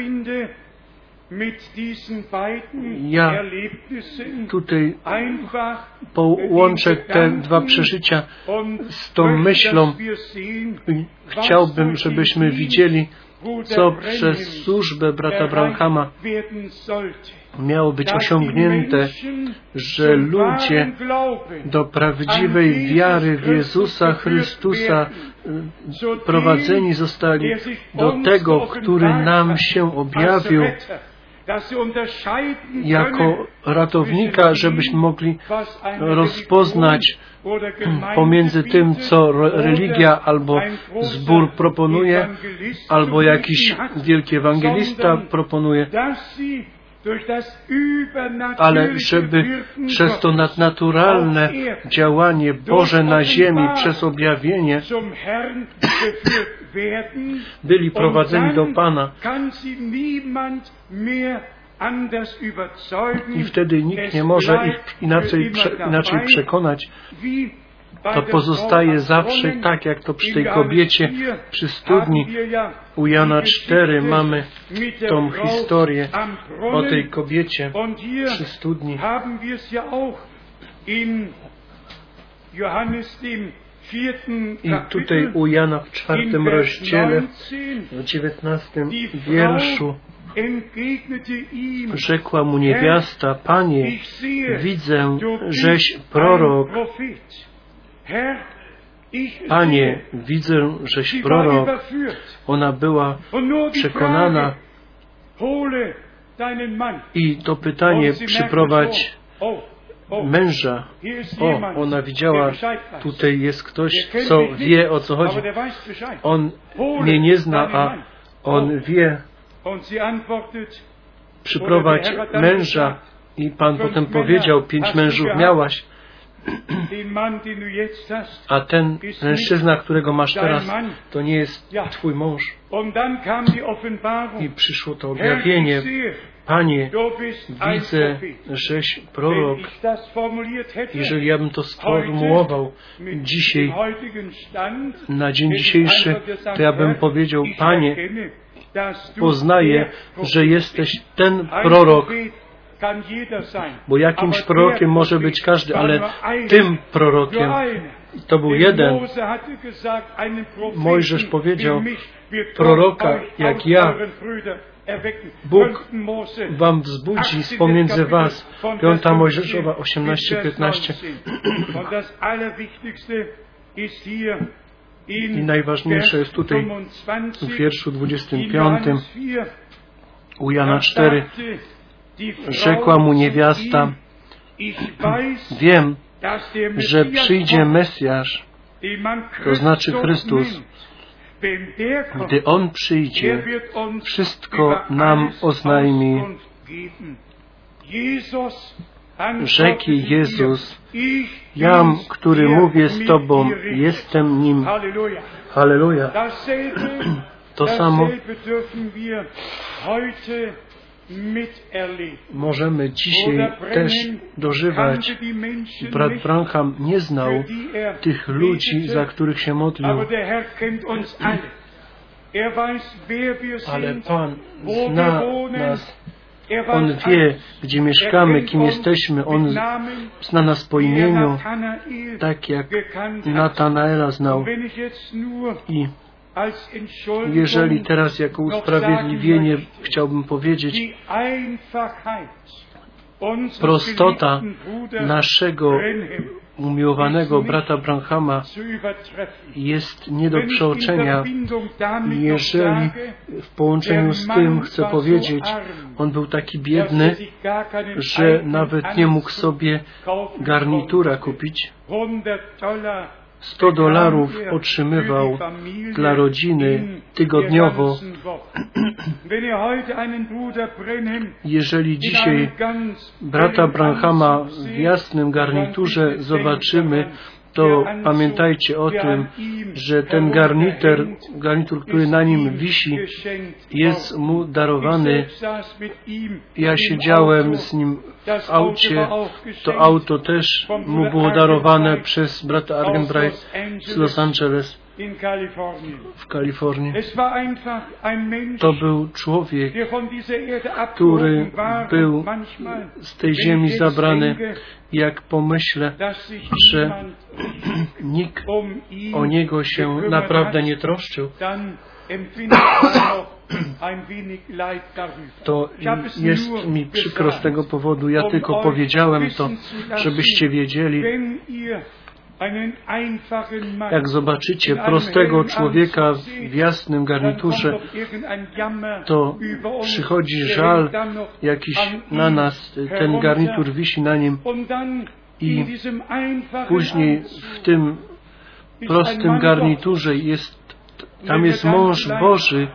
Ja tutaj połączę te dwa przeżycia z tą myślą. Chciałbym, żebyśmy widzieli, co przez służbę brata Branhama miało być osiągnięte, że ludzie do prawdziwej wiary w Jezusa Chrystusa prowadzeni zostali do tego, który nam się objawił jako ratownika, żebyśmy mogli rozpoznać pomiędzy tym, co religia albo zbór proponuje, albo jakiś wielki ewangelista proponuje, ale żeby przez to nadnaturalne działanie Boże na ziemi, przez objawienie byli prowadzeni do Pana. I wtedy nikt nie może ich inaczej przekonać. To pozostaje zawsze tak, jak to przy tej kobiecie przy studni. U Jana 4 mamy tą historię o tej kobiecie przy studni. I tutaj u Jana w 4 rozdziale, w 19 wierszu, rzekła mu niewiasta: Panie, widzę, żeś prorok. Panie, widzę, żeś prorok. Ona była przekonana i to pytanie: przyprowadź męża. Ona widziała, tutaj jest ktoś, co wie, o co chodzi. On mnie nie zna, a on wie. Przyprowadź męża. I Pan potem powiedział: 5 mężów miałaś, a ten mężczyzna, którego masz teraz, to nie jest twój mąż. I przyszło to objawienie: Panie, widzę, żeś prorok. Jeżeli ja bym to sformułował dzisiaj, na dzień dzisiejszy, to ja bym powiedział: Panie, poznaję, że jesteś ten prorok, bo jakimś prorokiem może być każdy, ale tym prorokiem to był jeden. Mojżesz powiedział: proroka jak ja Bóg wam wzbudzi z pomiędzy was. 5 Mojżeszowa 18:15. I najważniejsze jest tutaj w wierszu 25 u Jana 4. Rzekła mu niewiasta: wiem, że przyjdzie Mesjasz, to znaczy Chrystus. Gdy On przyjdzie, wszystko nam oznajmi. Rzekł Jezus: jam, który mówię z Tobą, jestem Nim. Halleluja. To samo możemy dzisiaj też dożywać. Brat Branham nie znał tych ludzi, za których się modlił. Ale Pan zna nas. On wie, gdzie mieszkamy, kim jesteśmy. On zna nas po imieniu, tak jak Natanaela znał. I jeżeli teraz jako usprawiedliwienie chciałbym powiedzieć, prostota naszego umiłowanego brata Branhama jest nie do przeoczenia. Jeżeli w połączeniu z tym chcę powiedzieć, on był taki biedny, że nawet nie mógł sobie garnitura kupić. $100 otrzymywał dla rodziny tygodniowo. Jeżeli dzisiaj brata Branhama w jasnym garniturze zobaczymy, to pamiętajcie o tym, że ten garnitur, który na nim wisi, jest mu darowany. Ja siedziałem z nim w aucie, to auto też mu było darowane przez brata Argenbright z Los Angeles w Kalifornii. To był człowiek, który był z tej ziemi zabrany. Jak pomyślę, że nikt o niego się naprawdę nie troszczył, to jest mi przykro z tego powodu. Ja tylko powiedziałem to, żebyście wiedzieli. Jak zobaczycie prostego człowieka w jasnym garniturze, to przychodzi żal jakiś na nas, ten garnitur wisi na nim i później w tym prostym garniturze tam jest mąż Boży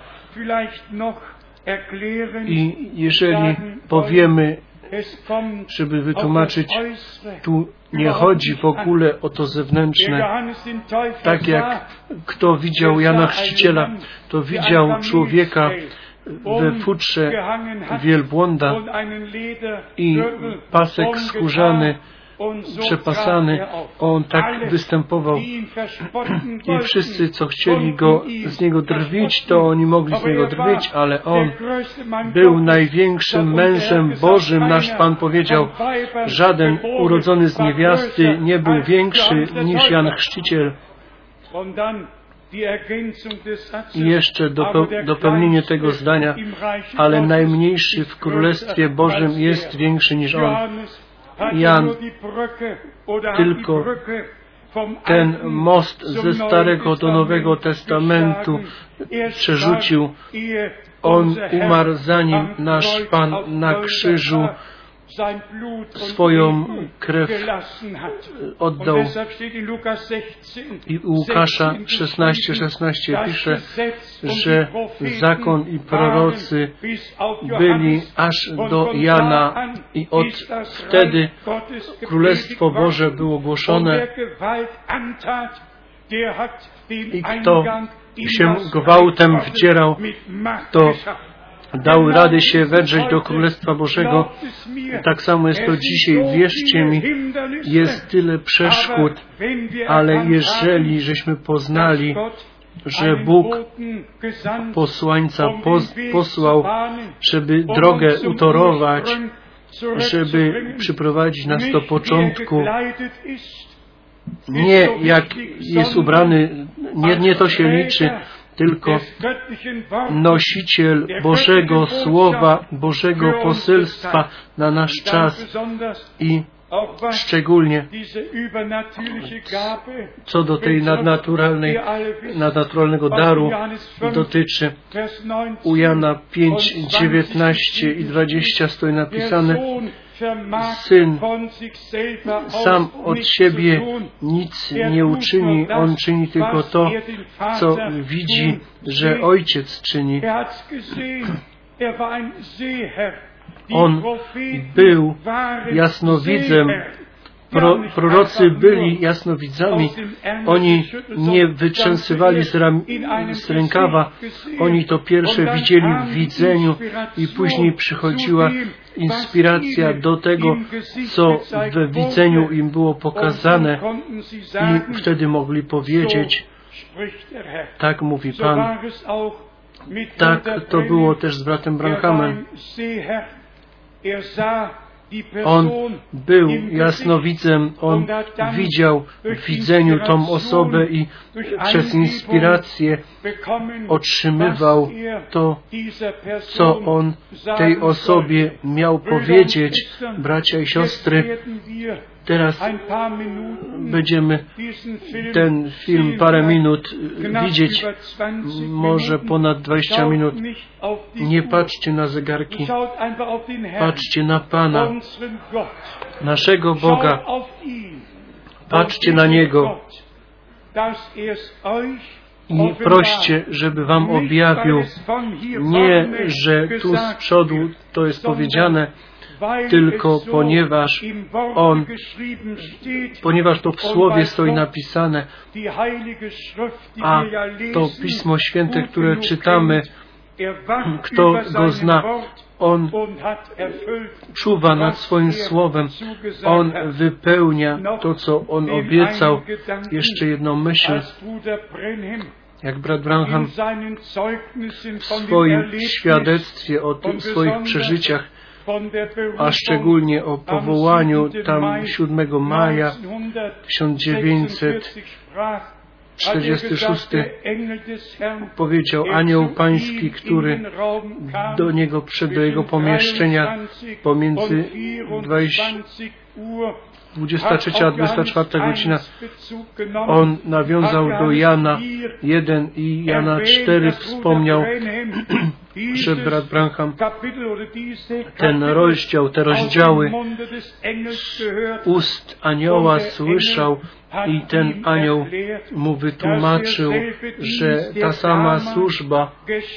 i jeżeli powiemy, żeby wytłumaczyć, tu nie chodzi w ogóle o to zewnętrzne. Tak jak kto widział Jana Chrzciciela, to widział człowieka we futrze wielbłąda i pasek skórzany, przepasany. On tak występował i wszyscy, co chcieli z niego drwić, to oni mogli z niego drwić, ale on był największym mężem Bożym. Nasz Pan powiedział, żaden urodzony z niewiasty nie był większy niż Jan Chrzciciel. I jeszcze dopełnienie tego zdania, ale najmniejszy w Królestwie Bożym jest większy niż on. Jan tylko ten most ze Starego do Nowego Testamentu przerzucił. On umarł, zanim nasz Pan na krzyżu swoją krew oddał. I u Łukasza 16:16 pisze, że zakon i prorocy byli aż do Jana i od wtedy Królestwo Boże było głoszone i kto się gwałtem wdzierał, to dał rady się wedrzeć do Królestwa Bożego. Tak samo jest to dzisiaj. Wierzcie mi, jest tyle przeszkód, ale jeżeli żeśmy poznali, że Bóg posłańca posłał, żeby drogę utorować, żeby przyprowadzić nas do początku, nie jak jest ubrany, nie to się liczy, tylko nosiciel Bożego Słowa, Bożego poselstwa na nasz czas i szczególnie co do tej nadnaturalnego daru dotyczy. U Jana 5:19 i 20 stoi napisane: Syn sam od siebie nic nie uczyni, on czyni tylko to, co widzi, że Ojciec czyni. On był jasnowidzem. Prorocy byli jasnowidzami. Oni nie wytrzęsywali z rękawa. Oni to pierwsze widzieli w widzeniu i później przychodziła inspiracja do tego, co we widzeniu im było pokazane i wtedy mogli powiedzieć: tak mówi Pan. Tak to było też z bratem Branhamem. On był jasnowidzem, on widział w widzeniu tą osobę i przez inspirację otrzymywał to, co on tej osobie miał powiedzieć. Bracia i siostry, teraz będziemy ten film parę minut widzieć, może ponad 20 minut. Nie patrzcie na zegarki, patrzcie na Pana, naszego Boga. Patrzcie na Niego i proście, żeby wam objawił. Nie, że tu z przodu to jest powiedziane, tylko ponieważ to w Słowie stoi napisane, a to Pismo Święte, które czytamy, kto go zna, on czuwa nad swoim Słowem, on wypełnia to, co on obiecał. Jeszcze jedną myśl, jak brat Branham w swoim świadectwie o tych swoich przeżyciach, a szczególnie o powołaniu tam 7 maja 1946 powiedział anioł pański, który do niego wszedł do jego pomieszczenia pomiędzy 23 a 24 godzina. On nawiązał do Jana 1 i Jana 4, wspomniał, że brat Branham ten rozdział, te rozdziały z ust anioła słyszał i ten anioł mu wytłumaczył, że ta sama służba,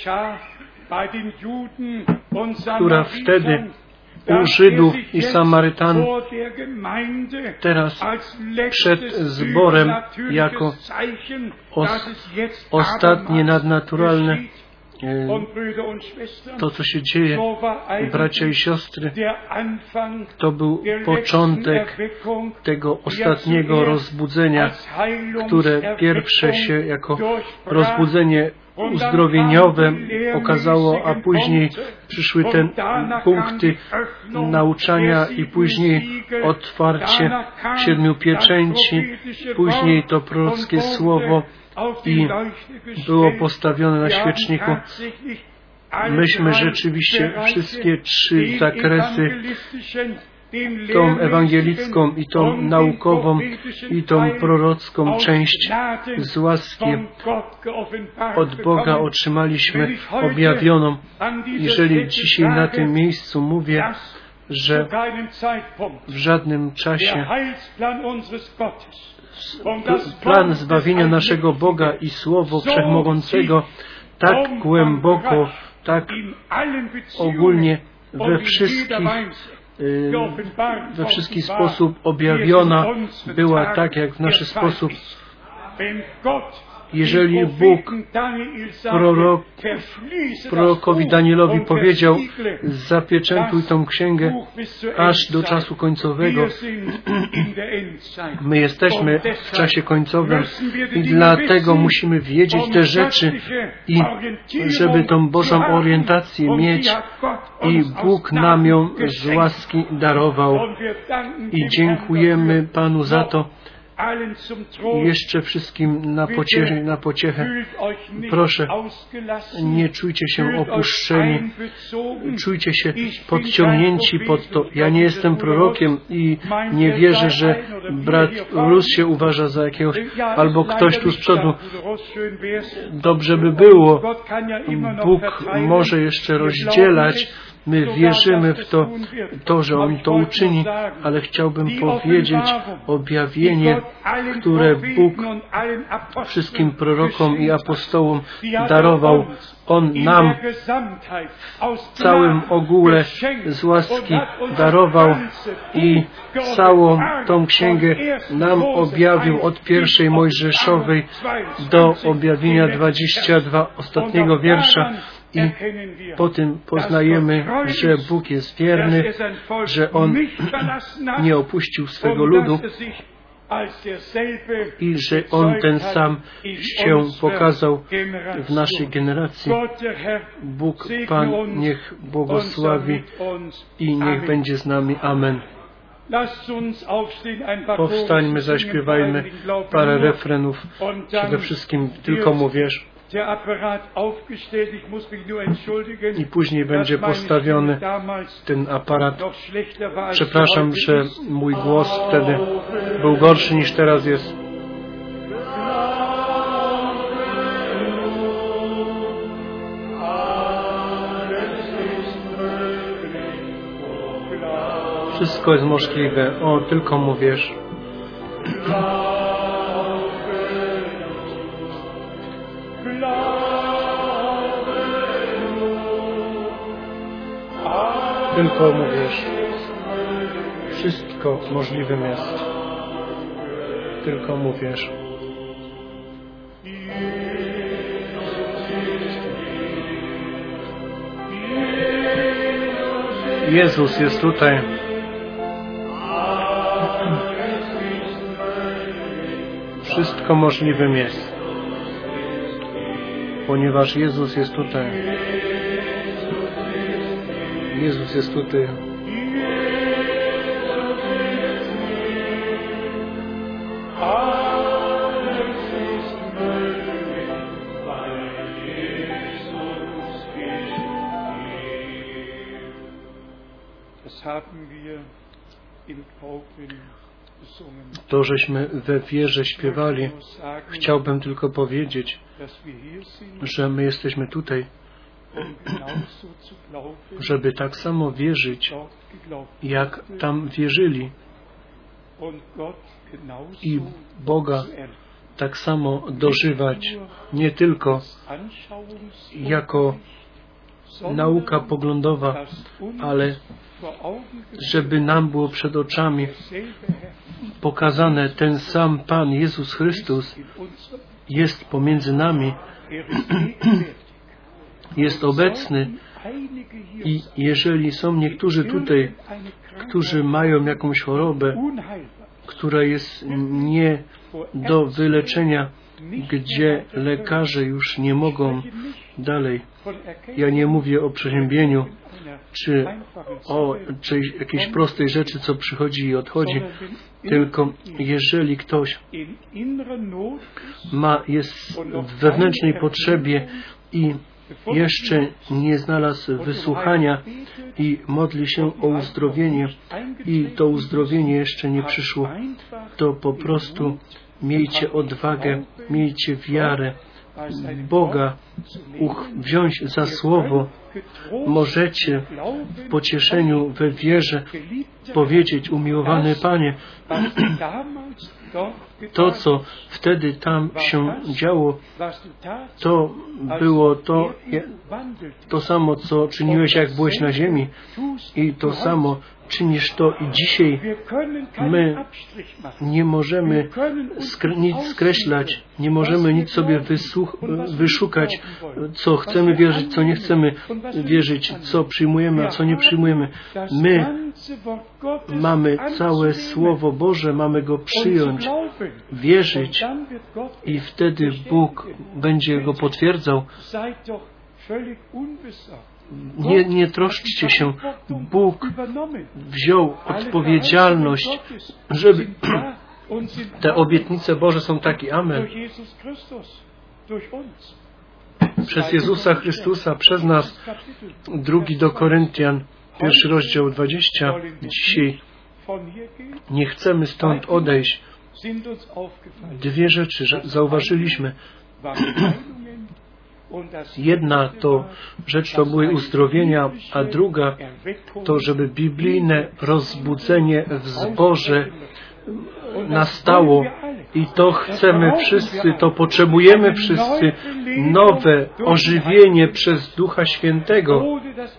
która wtedy u Żydów i Samarytan teraz przed zborem jako ostatnie nadnaturalne to, co się dzieje, bracia i siostry, to był początek tego ostatniego rozbudzenia, które pierwsze się jako rozbudzenie uzdrowieniowe okazało, a później przyszły te punkty nauczania i później otwarcie 7 pieczęci, później to prorockie słowo i było postawione na świeczniku. Myśmy rzeczywiście wszystkie 3 zakresy, tą ewangelicką i tą naukową i tą prorocką część z łaski od Boga otrzymaliśmy objawioną. Jeżeli dzisiaj na tym miejscu mówię, że w żadnym czasie plan zbawienia naszego Boga i Słowo Wszechmogącego tak głęboko, tak ogólnie we wszystkich sposób objawiona była, tak jak w nasz sposób. Jeżeli Bóg prorokowi Danielowi powiedział, zapieczętuj tą księgę aż do czasu końcowego, my jesteśmy w czasie końcowym i dlatego musimy wiedzieć te rzeczy i żeby tą Bożą orientację mieć i Bóg nam ją z łaski darował i dziękujemy Panu za to. Jeszcze wszystkim na pociechę. Proszę, nie czujcie się opuszczeni, czujcie się podciągnięci pod to. Ja nie jestem prorokiem i nie wierzę, że brat Rus się uważa za jakiegoś, albo ktoś tu z przodu. Dobrze by było. Bóg może jeszcze rozdzielać. My wierzymy w to, że On to uczyni, ale chciałbym powiedzieć objawienie, które Bóg wszystkim prorokom i apostołom darował. On nam w całym ogóle z łaski darował i całą tą księgę nam objawił od 1 Mojżeszowej do objawienia 22 ostatniego wiersza. I po tym poznajemy, że Bóg jest wierny, że On nie opuścił swego ludu i że On ten sam się pokazał w naszej generacji. Bóg Pan niech błogosławi i niech będzie z nami. Amen. Powstańmy, zaśpiewajmy parę refrenów. Przede wszystkim tylko mu wierz. I później będzie postawiony ten aparat. Przepraszam, że mój głos wtedy był gorszy niż teraz jest. Wszystko jest możliwe. O, tylko mu wierz. Tylko mu wierz. wszystko możliwym jest. Tylko mu wierz. Jezus jest tutaj. Wszystko możliwym jest. Ponieważ Jezus jest tutaj. Jezus jest tutaj. To, żeśmy we wierze śpiewali, chciałbym tylko powiedzieć, że my jesteśmy tutaj, żeby tak samo wierzyć, jak tam wierzyli, i Boga tak samo dożywać, nie tylko jako nauka poglądowa, ale żeby nam było przed oczami pokazane, ten sam Pan Jezus Chrystus jest pomiędzy nami, jest obecny, i jeżeli są niektórzy tutaj, którzy mają jakąś chorobę, która jest nie do wyleczenia, gdzie lekarze już nie mogą dalej. Ja nie mówię o przeziębieniu, czy o jakiejś prostej rzeczy, co przychodzi i odchodzi, tylko jeżeli ktoś jest w wewnętrznej potrzebie i jeszcze nie znalazł wysłuchania i modli się o uzdrowienie i to uzdrowienie jeszcze nie przyszło, to po prostu miejcie odwagę, miejcie wiarę, Boga wziąć za słowo. Możecie w pocieszeniu, we wierze powiedzieć: umiłowany Panie, to, co wtedy tam się działo, to było to samo, co czyniłeś, jak byłeś na ziemi, i to samo czynisz to i dzisiaj. My nie możemy nic skreślać, nie możemy nic sobie wyszukać, co chcemy wierzyć, co nie chcemy wierzyć, co przyjmujemy, a co nie przyjmujemy. My mamy całe Słowo Boże, mamy go przyjąć, wierzyć, i wtedy Bóg będzie go potwierdzał. Nie troszczcie się. Bóg wziął odpowiedzialność, żeby te obietnice Boże są takie. Amen. Przez Jezusa Chrystusa, przez nas. 2 do Koryntian, 1 rozdział 20. Dzisiaj nie chcemy stąd odejść. Dwie rzeczy zauważyliśmy. Jedna to rzecz, to były uzdrowienia, a druga to, żeby biblijne rozbudzenie w zborze nastało. I to chcemy wszyscy, to potrzebujemy wszyscy, nowe ożywienie przez Ducha Świętego.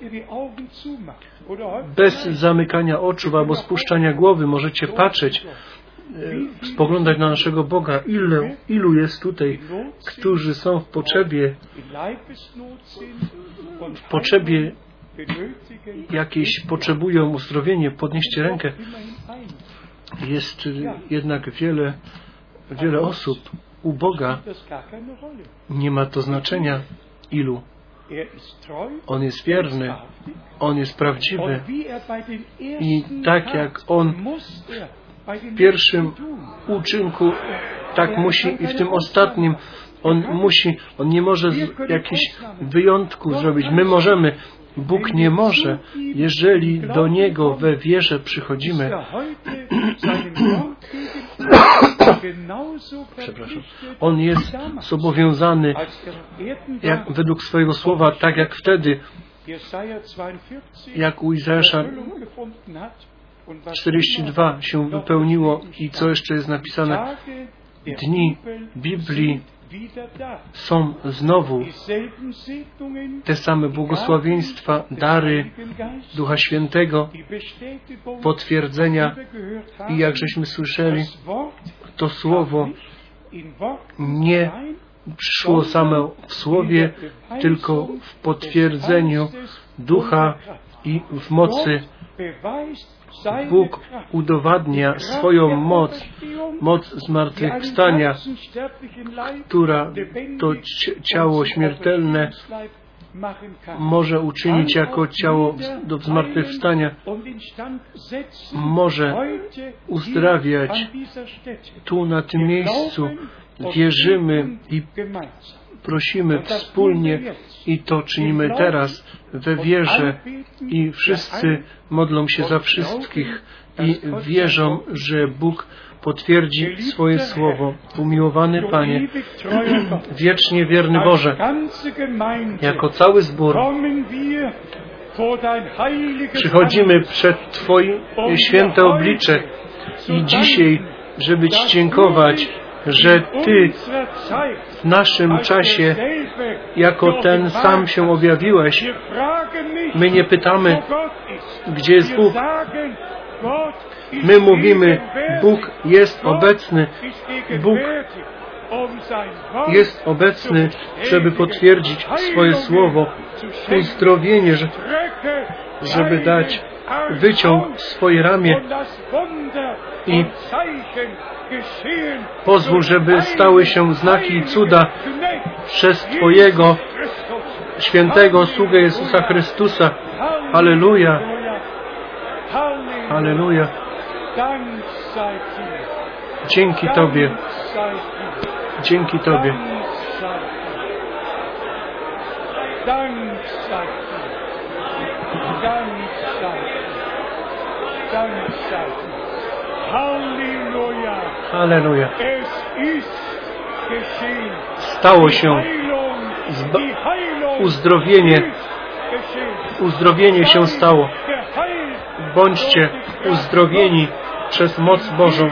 Bez zamykania oczu albo spuszczania głowy możecie patrzeć, spoglądać na naszego Boga. Ilu jest tutaj, którzy są w potrzebie jakiejś, potrzebują uzdrowienia. Podnieście rękę. Jest jednak wiele osób. U Boga nie ma to znaczenia, ilu. On jest wierny, On jest prawdziwy, i tak jak On w pierwszym uczynku, tak musi i w tym ostatnim. On nie może jakichś wyjątków zrobić. My możemy. Bóg nie może. Jeżeli do Niego we wierze przychodzimy, On jest zobowiązany według swojego słowa, tak jak wtedy, jak u Izajasza 42 się wypełniło, i co jeszcze jest napisane: dni Biblii są znowu te same błogosławieństwa, dary Ducha Świętego, potwierdzenia i jak żeśmy słyszeli, to Słowo nie przyszło samo w Słowie, tylko w potwierdzeniu Ducha i w mocy. Bóg udowadnia swoją moc zmartwychwstania, która to ciało śmiertelne może uczynić jako ciało do zmartwychwstania, może uzdrawiać tu na tym miejscu. Wierzymy i prosimy wspólnie i to czynimy teraz we wierze i wszyscy modlą się za wszystkich i wierzą, że Bóg potwierdzi swoje słowo. Umiłowany Panie, wiecznie wierny Boże, jako cały zbór przychodzimy przed Twoje święte oblicze i dzisiaj, żeby Ci dziękować, że Ty w naszym czasie jako ten sam się objawiłeś. My nie pytamy, gdzie jest Bóg. My mówimy, Bóg jest obecny. Bóg jest obecny, żeby potwierdzić swoje słowo, uzdrowienie, żeby dać wyciąg swoje ramię i pozwól, żeby stały się znaki i cuda przez Twojego świętego sługę Jezusa Chrystusa. Halleluja! Halleluja! Dzięki Tobie. Dzięki Tobie. Halleluja. Stało się uzdrowienie się stało. Bądźcie uzdrowieni przez moc Bożą.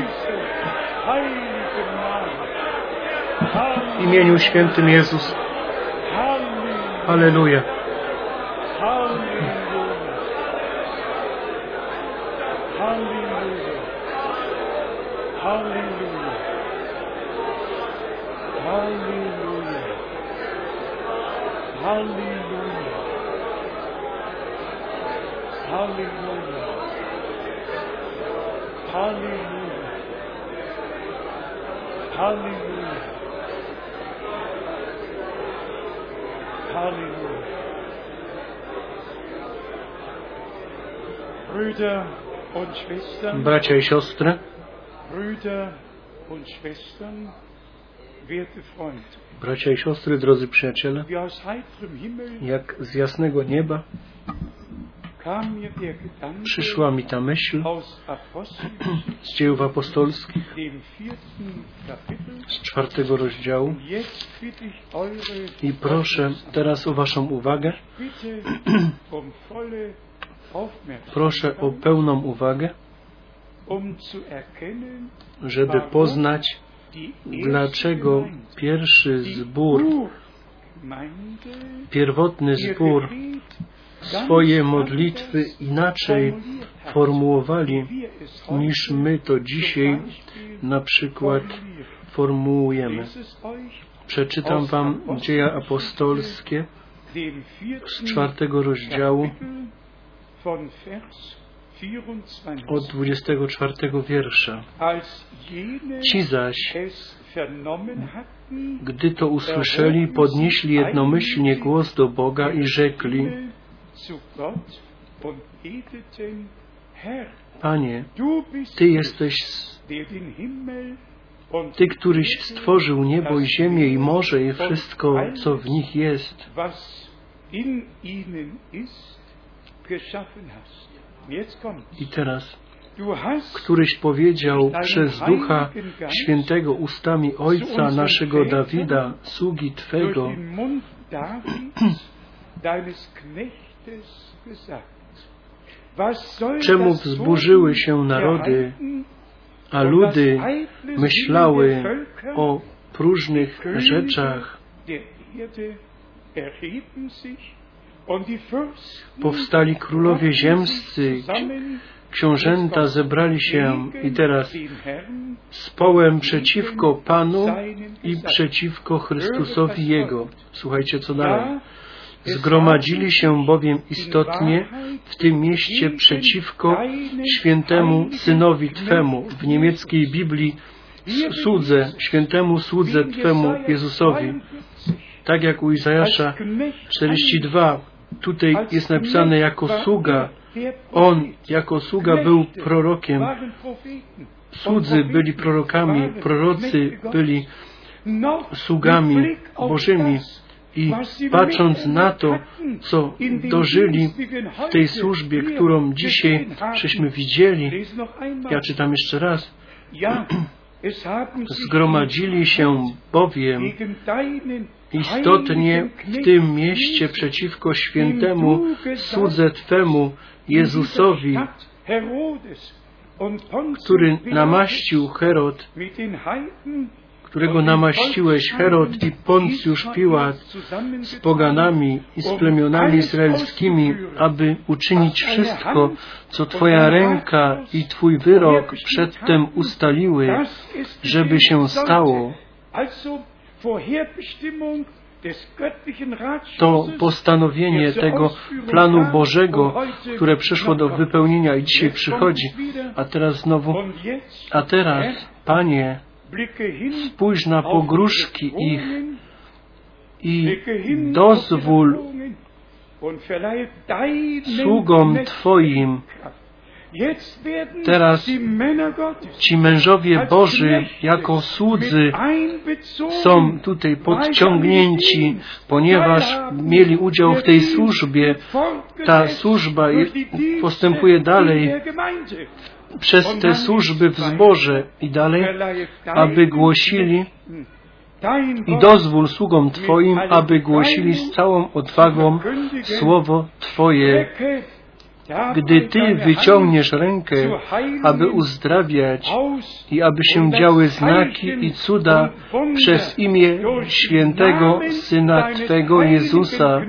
W imieniu świętym Jezus. Halleluja. Bracia i siostry, bracia i siostry, drodzy przyjaciele, jak z jasnego nieba przyszła mi ta myśl z Dziejów Apostolskich, z 4 rozdziału i proszę teraz o Waszą uwagę. Proszę o pełną uwagę, żeby poznać, dlaczego pierwszy zbór, pierwotny zbór swoje modlitwy inaczej formułowali, niż my to dzisiaj na przykład formułujemy. Przeczytam Wam Dzieje Apostolskie z 4 rozdziału od 24 wiersza. Ci zaś, gdy to usłyszeli, podnieśli jednomyślnie głos do Boga i rzekli: Panie, Ty jesteś, Ty, któryś stworzył niebo i ziemię i morze i wszystko, co w nich jest. I teraz, któryś powiedział przez Ducha Świętego ustami Ojca naszego Dawida, sługi Twego, czemu wzburzyły się narody, a ludy myślały o próżnych rzeczach. Powstali królowie ziemscy, książęta zebrali się i teraz z połem przeciwko Panu i przeciwko Chrystusowi Jego. Słuchajcie, co dalej. Zgromadzili się bowiem istotnie w tym mieście przeciwko świętemu Synowi Twemu. W niemieckiej Biblii słudze, świętemu słudze Twemu Jezusowi. Tak jak u Izajasza 42, tutaj jest napisane jako sługa. On jako sługa był prorokiem. Słudzy byli prorokami, prorocy byli sługami Bożymi. I patrząc na to, co dożyli w tej służbie, którą dzisiaj żeśmy widzieli, ja czytam jeszcze raz, zgromadzili się bowiem istotnie w tym mieście przeciwko świętemu słudze Twemu Jezusowi, który namaścił Herod, którego namaściłeś Herod i Poncjusz Piłat z poganami i z plemionami izraelskimi, aby uczynić wszystko, co Twoja ręka i Twój wyrok przedtem ustaliły, żeby się stało. To postanowienie tego planu Bożego, które przyszło do wypełnienia i dzisiaj przychodzi. A teraz, Panie, spójrz na pogróżki ich i dozwól sługom Twoim. Teraz ci mężowie Boży jako słudzy są tutaj podciągnięci, ponieważ mieli udział w tej służbie. Ta służba postępuje dalej przez te służby w zborze i dalej, aby głosili i dozwól sługom Twoim, aby głosili z całą odwagą słowo Twoje. Gdy Ty wyciągniesz rękę, aby uzdrawiać i aby się działy znaki i cuda przez imię świętego Syna Twego Jezusa.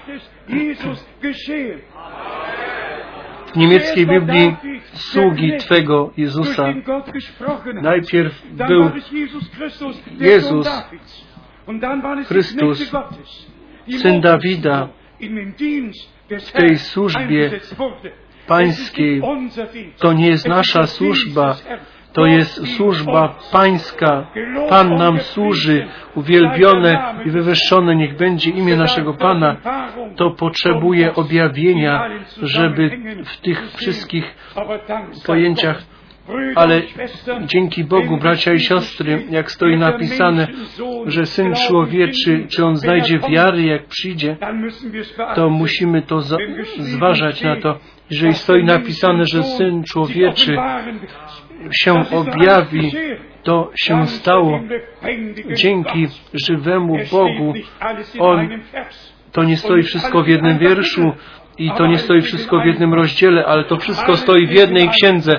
W niemieckiej Biblii sługi Twego Jezusa. Najpierw był Jezus Chrystus, Syn Dawida, w tej służbie pańskiej. To nie jest nasza służba, to jest służba pańska. Pan nam służy, uwielbione i wywyższone niech będzie imię naszego Pana. To potrzebuje objawienia, żeby w tych wszystkich pojęciach. Ale dzięki Bogu, bracia i siostry, jak stoi napisane, że Syn Człowieczy, czy On znajdzie wiary, jak przyjdzie, to musimy to zważać na to. Jeżeli stoi napisane, że Syn Człowieczy się objawi, to się stało. Dzięki żywemu Bogu. To nie stoi wszystko w jednym wierszu i to nie stoi wszystko w jednym rozdziale, ale to wszystko stoi w jednej księdze.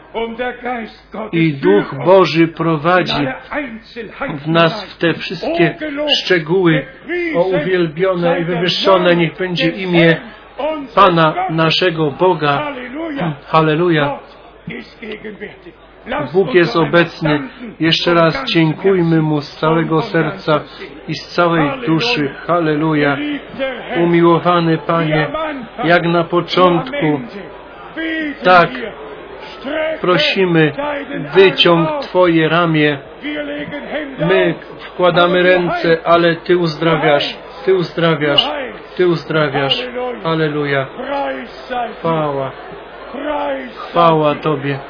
I Duch Boży prowadzi w nas w te wszystkie szczegóły. O uwielbione i wywyższone niech będzie imię Pana naszego Boga. Halleluja. Bóg jest obecny. Jeszcze raz dziękujmy Mu z całego serca i z całej duszy. Halleluja. Umiłowany Panie, jak na początku, tak prosimy, wyciąg Twoje ramię. My wkładamy ręce, ale Ty uzdrawiasz. Ty uzdrawiasz. Ty uzdrawiasz. Halleluja. Chwała. Chwała Tobie.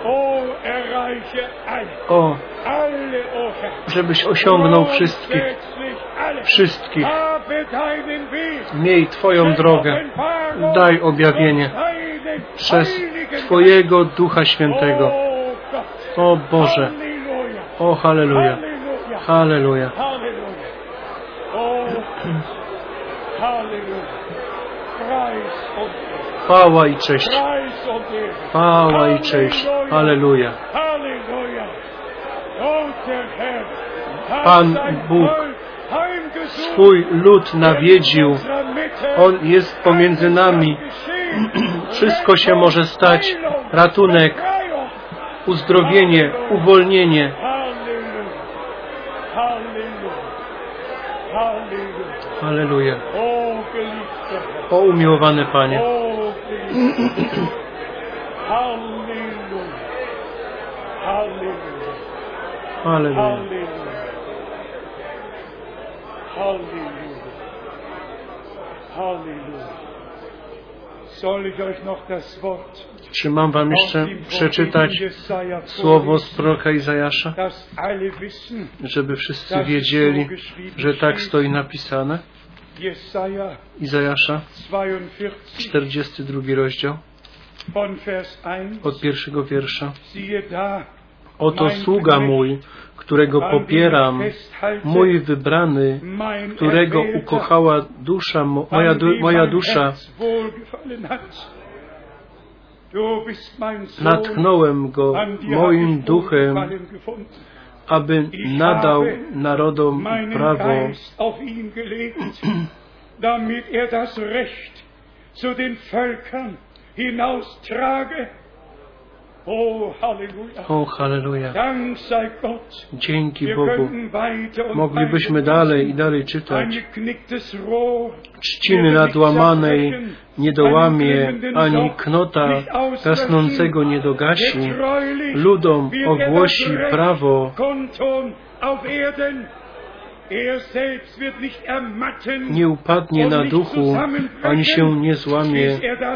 O, żebyś osiągnął wszystkich. Wszystkich. Miej Twoją drogę. Daj objawienie. Przez Twojego Ducha Świętego. O Boże. O, halleluja. Halleluja. Chwała i cześć. Chwała i cześć. Halleluja. Pan Bóg swój lud nawiedził. On jest pomiędzy nami. Wszystko się może stać. Ratunek, uzdrowienie, uwolnienie. Halleluja. O umiłowany Panie. Halleluja. Czy mam wam jeszcze przeczytać słowo z proroka Izajasza, żeby wszyscy wiedzieli, że tak stoi napisane? Izajasza, 42 rozdział, od pierwszego wiersza. Oto sługa mój, którego popieram, mój wybrany, którego ukochała dusza, moja dusza. Natchnąłem go moim duchem, aby nadał narodom prawo, damit das Recht zu den Völkern hinaustrage. O, halleluja. Dzięki Bogu. Moglibyśmy dalej i dalej czytać. Trzciny nadłamanej nie dołamie, ani knota gasnącego nie dogasi. Ludom ogłosi prawo. Nie upadnie na duchu, ani się nie złamie,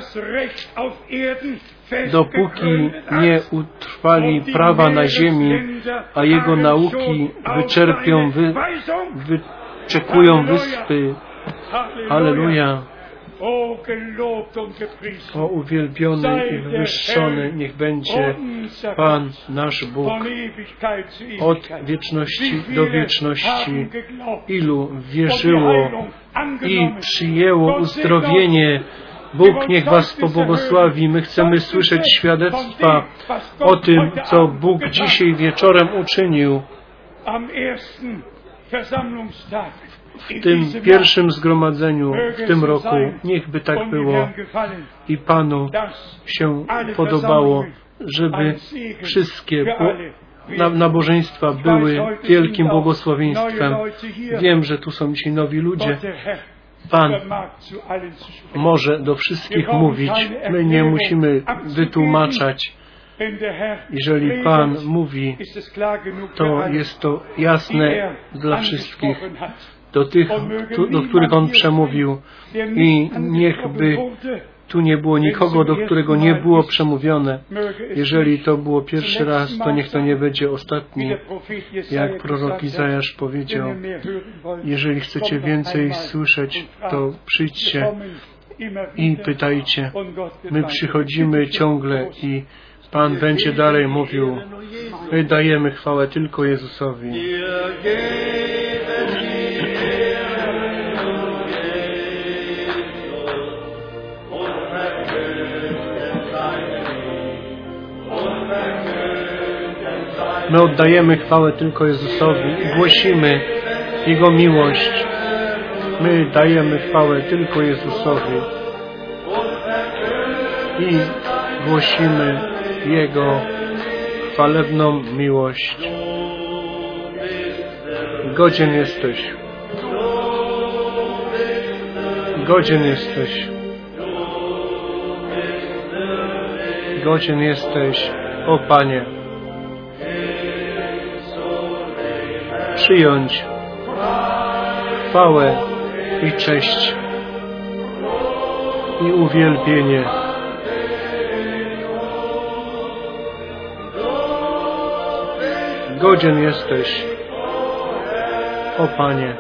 dopóki nie utrwali prawa na ziemi, a jego nauki wyczekują wyspy. Halleluja. O uwielbiony i wywyższony niech będzie Pan nasz Bóg od wieczności do wieczności. Ilu wierzyło i przyjęło uzdrowienie. Bóg niech was pobłogosławi. My chcemy słyszeć świadectwa o tym, co Bóg dzisiaj wieczorem uczynił. W tym pierwszym zgromadzeniu w tym roku niechby tak było i Panu się podobało, żeby wszystkie nabożeństwa były wielkim błogosławieństwem. Wiem, że tu są dzisiaj nowi ludzie. Pan może do wszystkich mówić. My nie musimy wytłumaczać. Jeżeli Pan mówi, to jest to jasne dla wszystkich. Do tych, do których On przemówił. I niechby tu nie było nikogo, do którego nie było przemówione. Jeżeli to było pierwszy raz, to niech to nie będzie ostatni. Jak prorok Izajasz powiedział, jeżeli chcecie więcej słyszeć, to przyjdźcie i pytajcie. My przychodzimy ciągle i Pan będzie dalej mówił. My dajemy chwałę tylko Jezusowi. My oddajemy chwałę tylko Jezusowi i głosimy Jego miłość. My dajemy chwałę tylko Jezusowi i głosimy Jego chwalebną miłość. Godzien jesteś. Godzien jesteś. Godzien jesteś, o Panie. Przyjąć chwałę i cześć i uwielbienie. Godzien jesteś, o Panie.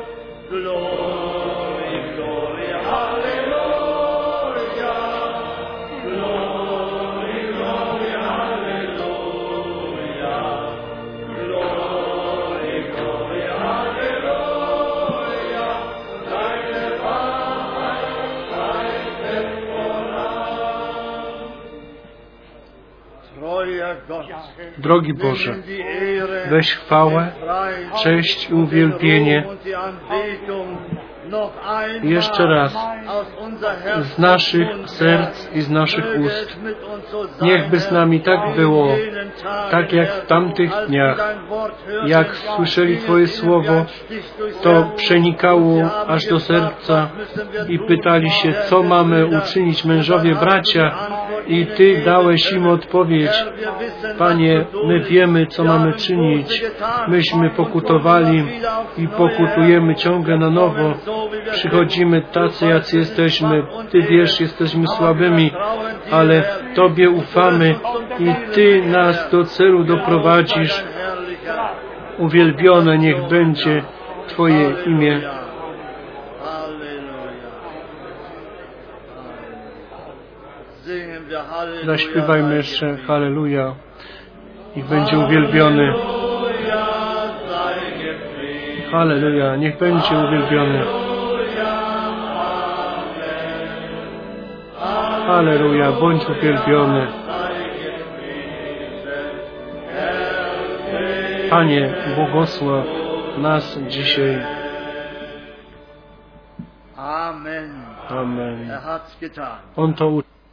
Drogi Boże, weź chwałę cześć i uwielbienie jeszcze raz z naszych serc i z naszych ust. Niechby z nami tak było, tak jak w tamtych dniach, jak słyszeli Twoje słowo, to przenikało aż do serca i pytali się, co mamy uczynić, mężowie, bracia, i Ty dałeś im odpowiedź. Panie, my wiemy, co mamy czynić. Myśmy pokutowali i pokutujemy ciągle na nowo. Przychodzimy tacy, jacy jesteśmy. Ty wiesz, jesteśmy słabymi, ale Tobie ufamy i Ty nas do celu doprowadzisz. Uwielbione niech będzie Twoje imię. Zaśpiewajmy jeszcze Halleluja. Niech będzie uwielbiony. Halleluja. Niech będzie uwielbiony. Halleluja. Bądź uwielbiony. Panie, błogosław nas dzisiaj. Amen. Amen. Er hat's getan. On to uczynił.